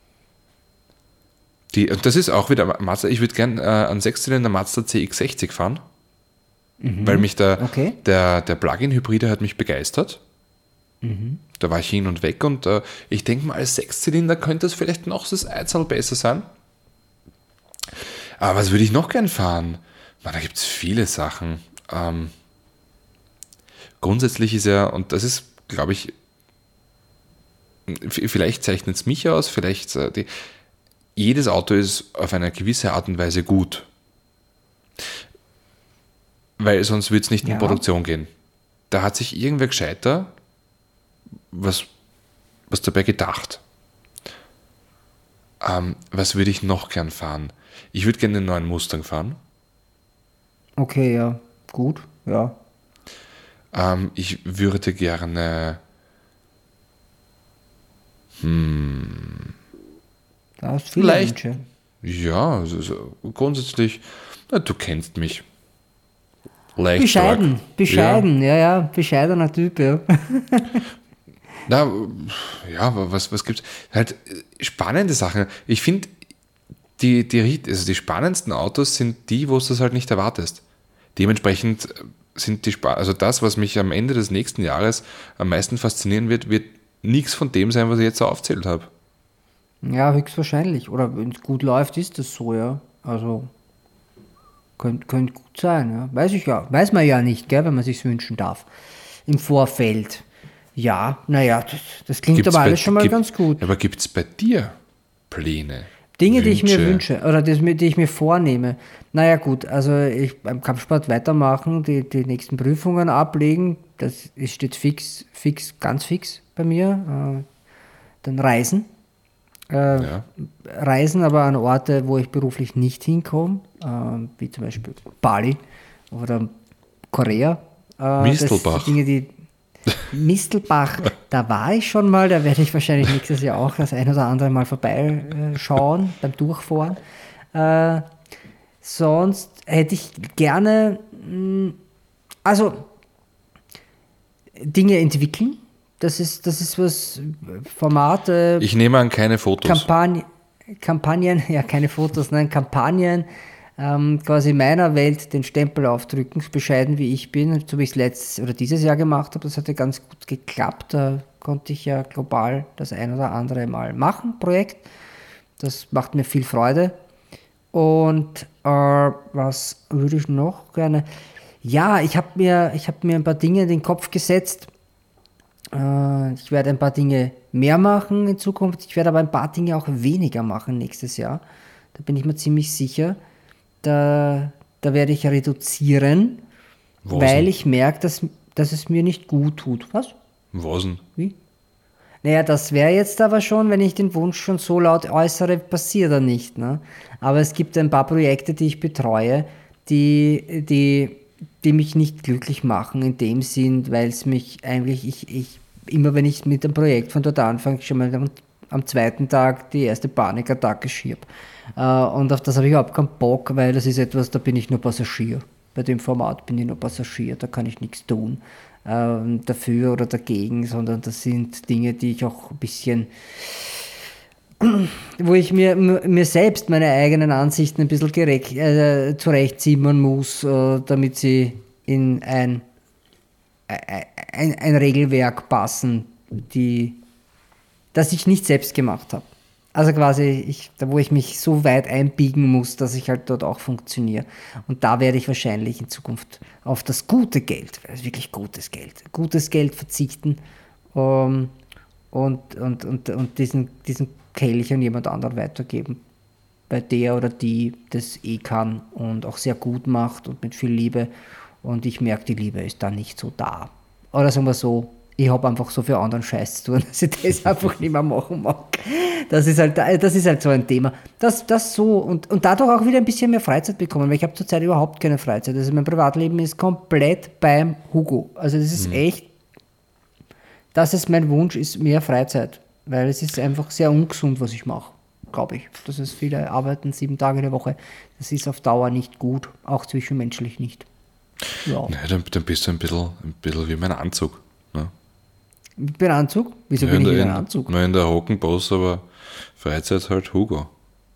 Die, und das ist auch wieder Mazda. Ich würde gern äh, einen Sechszylinder Mazda C X sechzig fahren, weil mich der, Okay. der, der Plug-in-Hybride hat mich begeistert. Da war ich hin und weg und äh, ich denke mal, als Sechszylinder könnte es vielleicht noch so das Einzahl besser sein. Aber was würde ich noch gern fahren? Man, da gibt es viele Sachen. Ähm, grundsätzlich ist ja, und das ist, glaube ich, v- vielleicht zeichnet es mich aus, vielleicht äh, die, jedes Auto ist auf eine gewisse Art und Weise gut. Weil sonst würde es nicht Ja. in Produktion gehen. Da hat sich irgendwer gescheiter was, was dabei gedacht. Ähm, was würde ich noch gern fahren? Ich würde gerne den neuen Mustang fahren. Okay, ja, gut, ja. Ähm, ich würde gerne Da hast viele Vielleicht. Wünsche. Ja, also, so grundsätzlich, na, du kennst mich. Leicht Bescheiden, stark. bescheiden, ja. ja, bescheidener Typ, ja. Ja, na, ja, was, was gibt's? Halt äh, spannende Sachen. Ich finde, die, die, also die spannendsten Autos sind die, wo du es halt nicht erwartest. Dementsprechend sind die Spa also das, was mich am Ende des nächsten Jahres am meisten faszinieren wird, wird nichts von dem sein, was ich jetzt so aufzählt habe. Ja, höchstwahrscheinlich. Oder wenn es gut läuft, ist das so, ja. Also, könnte könnt gut sein, ja. Weiß ich ja. Weiß man ja nicht, gell, wenn man sich wünschen darf. Im Vorfeld. Ja, naja, das, das klingt Gibt's aber bei- alles schon mal gibt- ganz gut. Aber gibt es bei dir Pläne? Dinge, die ich mir Wünsche? wünsche oder das, mir- die ich mir vornehme. Naja gut, also ich beim Kampfsport weitermachen, die, die nächsten Prüfungen ablegen, das ist, steht fix, fix, ganz fix bei mir. Äh, dann Reisen. Äh, Ja. Reisen aber an Orte, wo ich beruflich nicht hinkomme, äh, wie zum Beispiel Bali oder Korea. Äh, Mistelbach. Das sind Dinge, die Mistelbach, da war ich schon mal, da werde ich wahrscheinlich nächstes Jahr auch das ein oder andere Mal vorbeischauen beim Durchfahren. Äh, sonst hätte ich gerne, mh, also Dinge entwickeln. Das ist, das ist was, Formate, Ich nehme an, keine Fotos. Kampagnen, Kampagnen, ja keine Fotos, nein, Kampagnen ähm, quasi meiner Welt den Stempel aufdrücken, so bescheiden wie ich bin, so wie ich es letztes oder dieses Jahr gemacht habe. Das hatte ganz gut geklappt. Da konnte ich ja global das ein oder andere mal machen, Projekt. Das macht mir viel Freude. Und äh, was würde ich noch gerne? Ja, ich habe mir, ich hab mir ein paar Dinge in den Kopf gesetzt. Äh, ich werde ein paar Dinge mehr machen in Zukunft. Ich werde aber ein paar Dinge auch weniger machen nächstes Jahr. Da bin ich mir ziemlich sicher. Da, da werde ich reduzieren, Was weil denn? ich merke, dass, dass es mir nicht gut tut. Was? Was denn? Wie? Naja, das wäre jetzt aber schon, wenn ich den Wunsch schon so laut äußere, passiert er nicht. Ne? Aber es gibt ein paar Projekte, die ich betreue, die, die, die mich nicht glücklich machen in dem Sinn, weil es mich eigentlich, ich, ich, immer wenn ich mit dem Projekt von dort anfange, schon mal am, am zweiten Tag die erste Panikattacke schirb. Äh, und auf das habe ich überhaupt keinen Bock, weil das ist etwas, da bin ich nur Passagier. Bei dem Format bin ich nur Passagier, da kann ich nichts tun ähm, dafür oder dagegen, sondern das sind Dinge, die ich auch ein bisschen, wo ich mir, mir selbst meine eigenen Ansichten ein bisschen gerecht, äh, zurechtzimmern muss, äh, damit sie in ein, ein, ein Regelwerk passen, die, das ich nicht selbst gemacht habe. Also quasi, ich, da wo ich mich so weit einbiegen muss, dass ich halt dort auch funktioniere. Und da werde ich wahrscheinlich in Zukunft auf das gute Geld, also wirklich gutes Geld, gutes Geld verzichten um, und, und, und, und diesen, diesen Kelch an jemand anderen weitergeben, bei der oder die das eh kann und auch sehr gut macht und mit viel Liebe. Und ich merke, die Liebe ist da nicht so da. Oder sagen wir so, ich habe einfach so viel anderen Scheiß zu tun, dass ich das einfach nicht mehr machen mag. Das ist halt, das ist halt so ein Thema. Das, das so und, und dadurch auch wieder ein bisschen mehr Freizeit bekommen, weil ich habe zurzeit überhaupt keine Freizeit. Also mein Privatleben ist komplett beim Hugo. Also das ist mhm. echt, das ist mein Wunsch, ist mehr Freizeit. Weil es ist einfach sehr ungesund, was ich mache, glaube ich. Das ist viele arbeiten sieben Tage in der Woche. Das ist auf Dauer nicht gut, auch zwischenmenschlich nicht. Ja. Naja, dann, dann bist du ein bisschen, ein bisschen wie mein Anzug. Ne? Ich bin Anzug? Wieso ja, bin ich in in der, einem Anzug? Nur in der Hockenboss, aber Freizeit halt Hugo.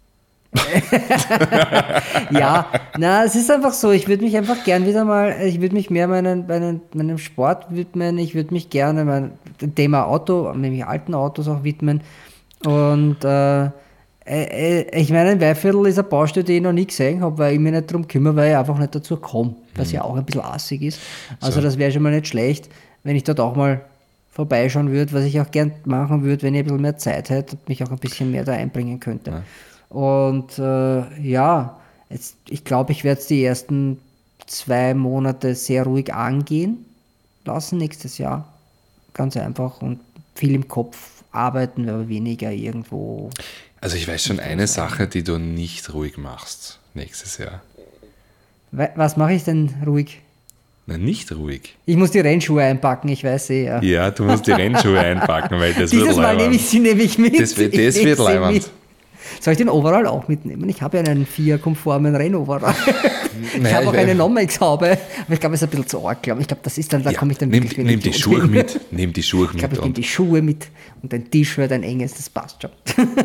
Ja, na, es ist einfach so, ich würde mich einfach gern wieder mal, ich würde mich mehr meinen, meinen, meinem Sport widmen, ich würde mich gerne mein, dem Thema Auto, nämlich alten Autos auch widmen und äh, äh, ich meine, ein Weihviertel ist eine Baustelle, die ich noch nie gesehen habe, weil ich mich nicht darum kümmere, weil ich einfach nicht dazu komme, was mhm. ja auch ein bisschen assig ist. Also so. Das wäre schon mal nicht schlecht, wenn ich dort auch mal vorbeischauen würde, was ich auch gern machen würde, wenn ich ein bisschen mehr Zeit hätte und mich auch ein bisschen mehr da einbringen könnte. Ja. Und äh, ja, jetzt, ich glaube, ich werde es die ersten zwei Monate sehr ruhig angehen lassen nächstes Jahr. Ganz einfach und viel im Kopf arbeiten, aber weniger irgendwo. Also ich weiß schon eine Sache, die du nicht ruhig machst nächstes Jahr. Was mache ich denn ruhig? Nein, nicht ruhig. Ich muss die Rennschuhe einpacken, ich weiß eh. Ja, ja du musst die Rennschuhe einpacken, weil das Dieses wird Mal nehme ich sie nämlich mit. Das wird, das wird leibend. Soll ich den Overall auch mitnehmen? Ich habe ja einen vier-konformen Rennoverall. Ich naja, habe auch ich eine Nomex-Haube, aber ich glaube, es ist ein bisschen zu arg. Ich glaube, das ist dann, da ja, komme ich dann nimm, wirklich nimm die Schuhe hin. mit. Nimm die Schuhe ich mit. Glaub, ich nehme die Schuhe mit und ein T-Shirt, ein enges, das passt schon.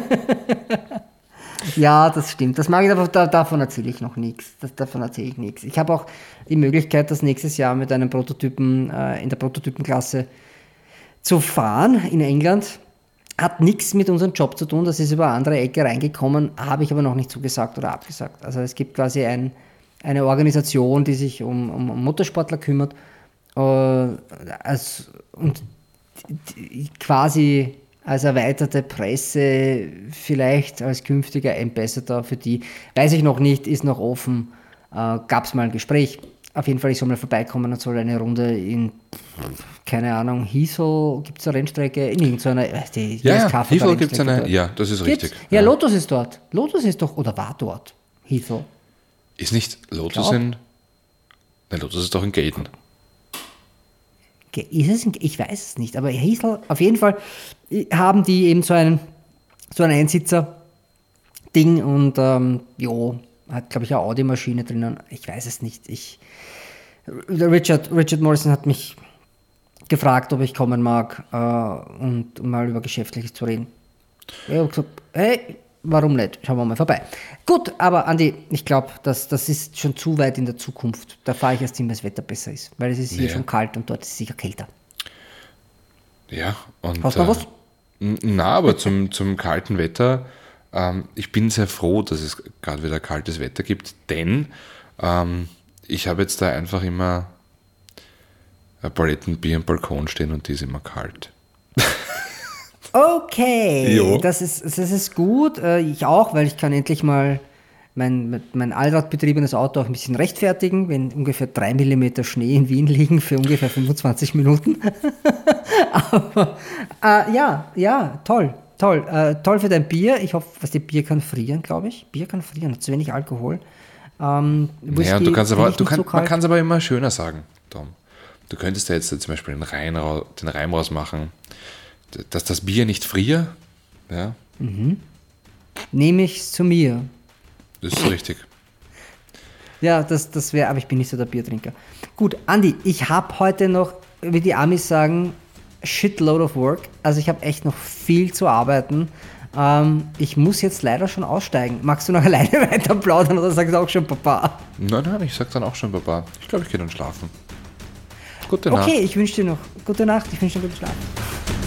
Ja, das stimmt. Das mag ich, aber davon erzähle ich noch nichts. Das, davon erzähle ich nichts. Ich habe auch die Möglichkeit, das nächstes Jahr mit einem Prototypen äh, in der Prototypenklasse zu fahren in England. Hat nichts mit unserem Job zu tun, das ist über eine andere Ecke reingekommen, habe ich aber noch nicht zugesagt oder abgesagt. Also es gibt quasi ein, eine Organisation, die sich um, um, um Motorsportler kümmert äh, als, und die, quasi als erweiterte Presse, vielleicht als künftiger Ambassador für die, weiß ich noch nicht, ist noch offen, äh, gab es mal ein Gespräch. Auf jeden Fall, ich soll mal vorbeikommen und soll eine Runde in, keine Ahnung, Heathrow, gibt es eine Rennstrecke, in irgendeiner, die ja, ja, Heathrow gibt es eine, dort. Ja, das ist Gibt's? richtig. Ja, ja, Lotus ist dort. Lotus ist doch, oder war dort, Heathrow. Ist nicht Lotus Glaub. in, nein, Lotus ist doch in Gaydon. Ist es in, ich weiß es nicht, aber Heathrow, auf jeden Fall haben die eben so einen, so ein Einsitzer-Ding und, ähm, jo, hat, glaube ich, eine Audi-Maschine drinnen. Ich weiß es nicht. Ich, Richard, Richard Morrison hat mich gefragt, ob ich kommen mag, äh, und um mal über Geschäftliches zu reden. Ich habe gesagt, hey, warum nicht? Schauen wir mal vorbei. Gut, aber Andi, ich glaube, das, das ist schon zu weit in der Zukunft. Da fahre ich erst hin, wenn das Wetter besser ist. Weil es ist hier Ja. schon kalt und dort ist es sicher kälter. Ja, und. Hast du noch was? n- Na, aber zum, zum kalten Wetter, ähm, ich bin sehr froh, dass es gerade wieder kaltes Wetter gibt, denn ähm, ich habe jetzt da einfach immer ein Palettenbier im Balkon stehen und die ist immer kalt. Okay, Jo. das ist, das ist gut. Äh, Ich auch, weil ich kann endlich mal mein, mein allradbetriebenes Auto auch ein bisschen rechtfertigen, wenn ungefähr drei Millimeter Schnee in Wien liegen für ungefähr fünfundzwanzig Minuten. Aber äh, ja, ja, toll, toll. Äh, toll für dein Bier. Ich hoffe, was die Bier kann frieren, glaube ich. Bier kann frieren, hat zu wenig Alkohol. Ähm, Ja, Whisky du kannst finde aber, ich du nicht kann, so man kalt. kann es aber immer schöner sagen, Tom. Du könntest ja jetzt zum Beispiel den, Reim, rau- den Reim rausmachen, dass das Bier nicht friert. Ja, Nehme ich zu mir. das ist richtig. Ja, das, das wäre, aber ich bin nicht so der Biertrinker. Gut, Andi, ich habe heute noch, wie die Amis sagen, shitload of work. Also ich habe echt noch viel zu arbeiten. Ähm, ich muss jetzt leider schon aussteigen. Magst du noch alleine weiter plaudern oder sagst du auch schon Papa? Nein, nein, ich sag dann auch schon, Papa. Ich glaube, ich gehe dann schlafen. Gute Nacht. Okay, ich wünsche dir noch gute Nacht. Ich wünsche dir guten Schlaf.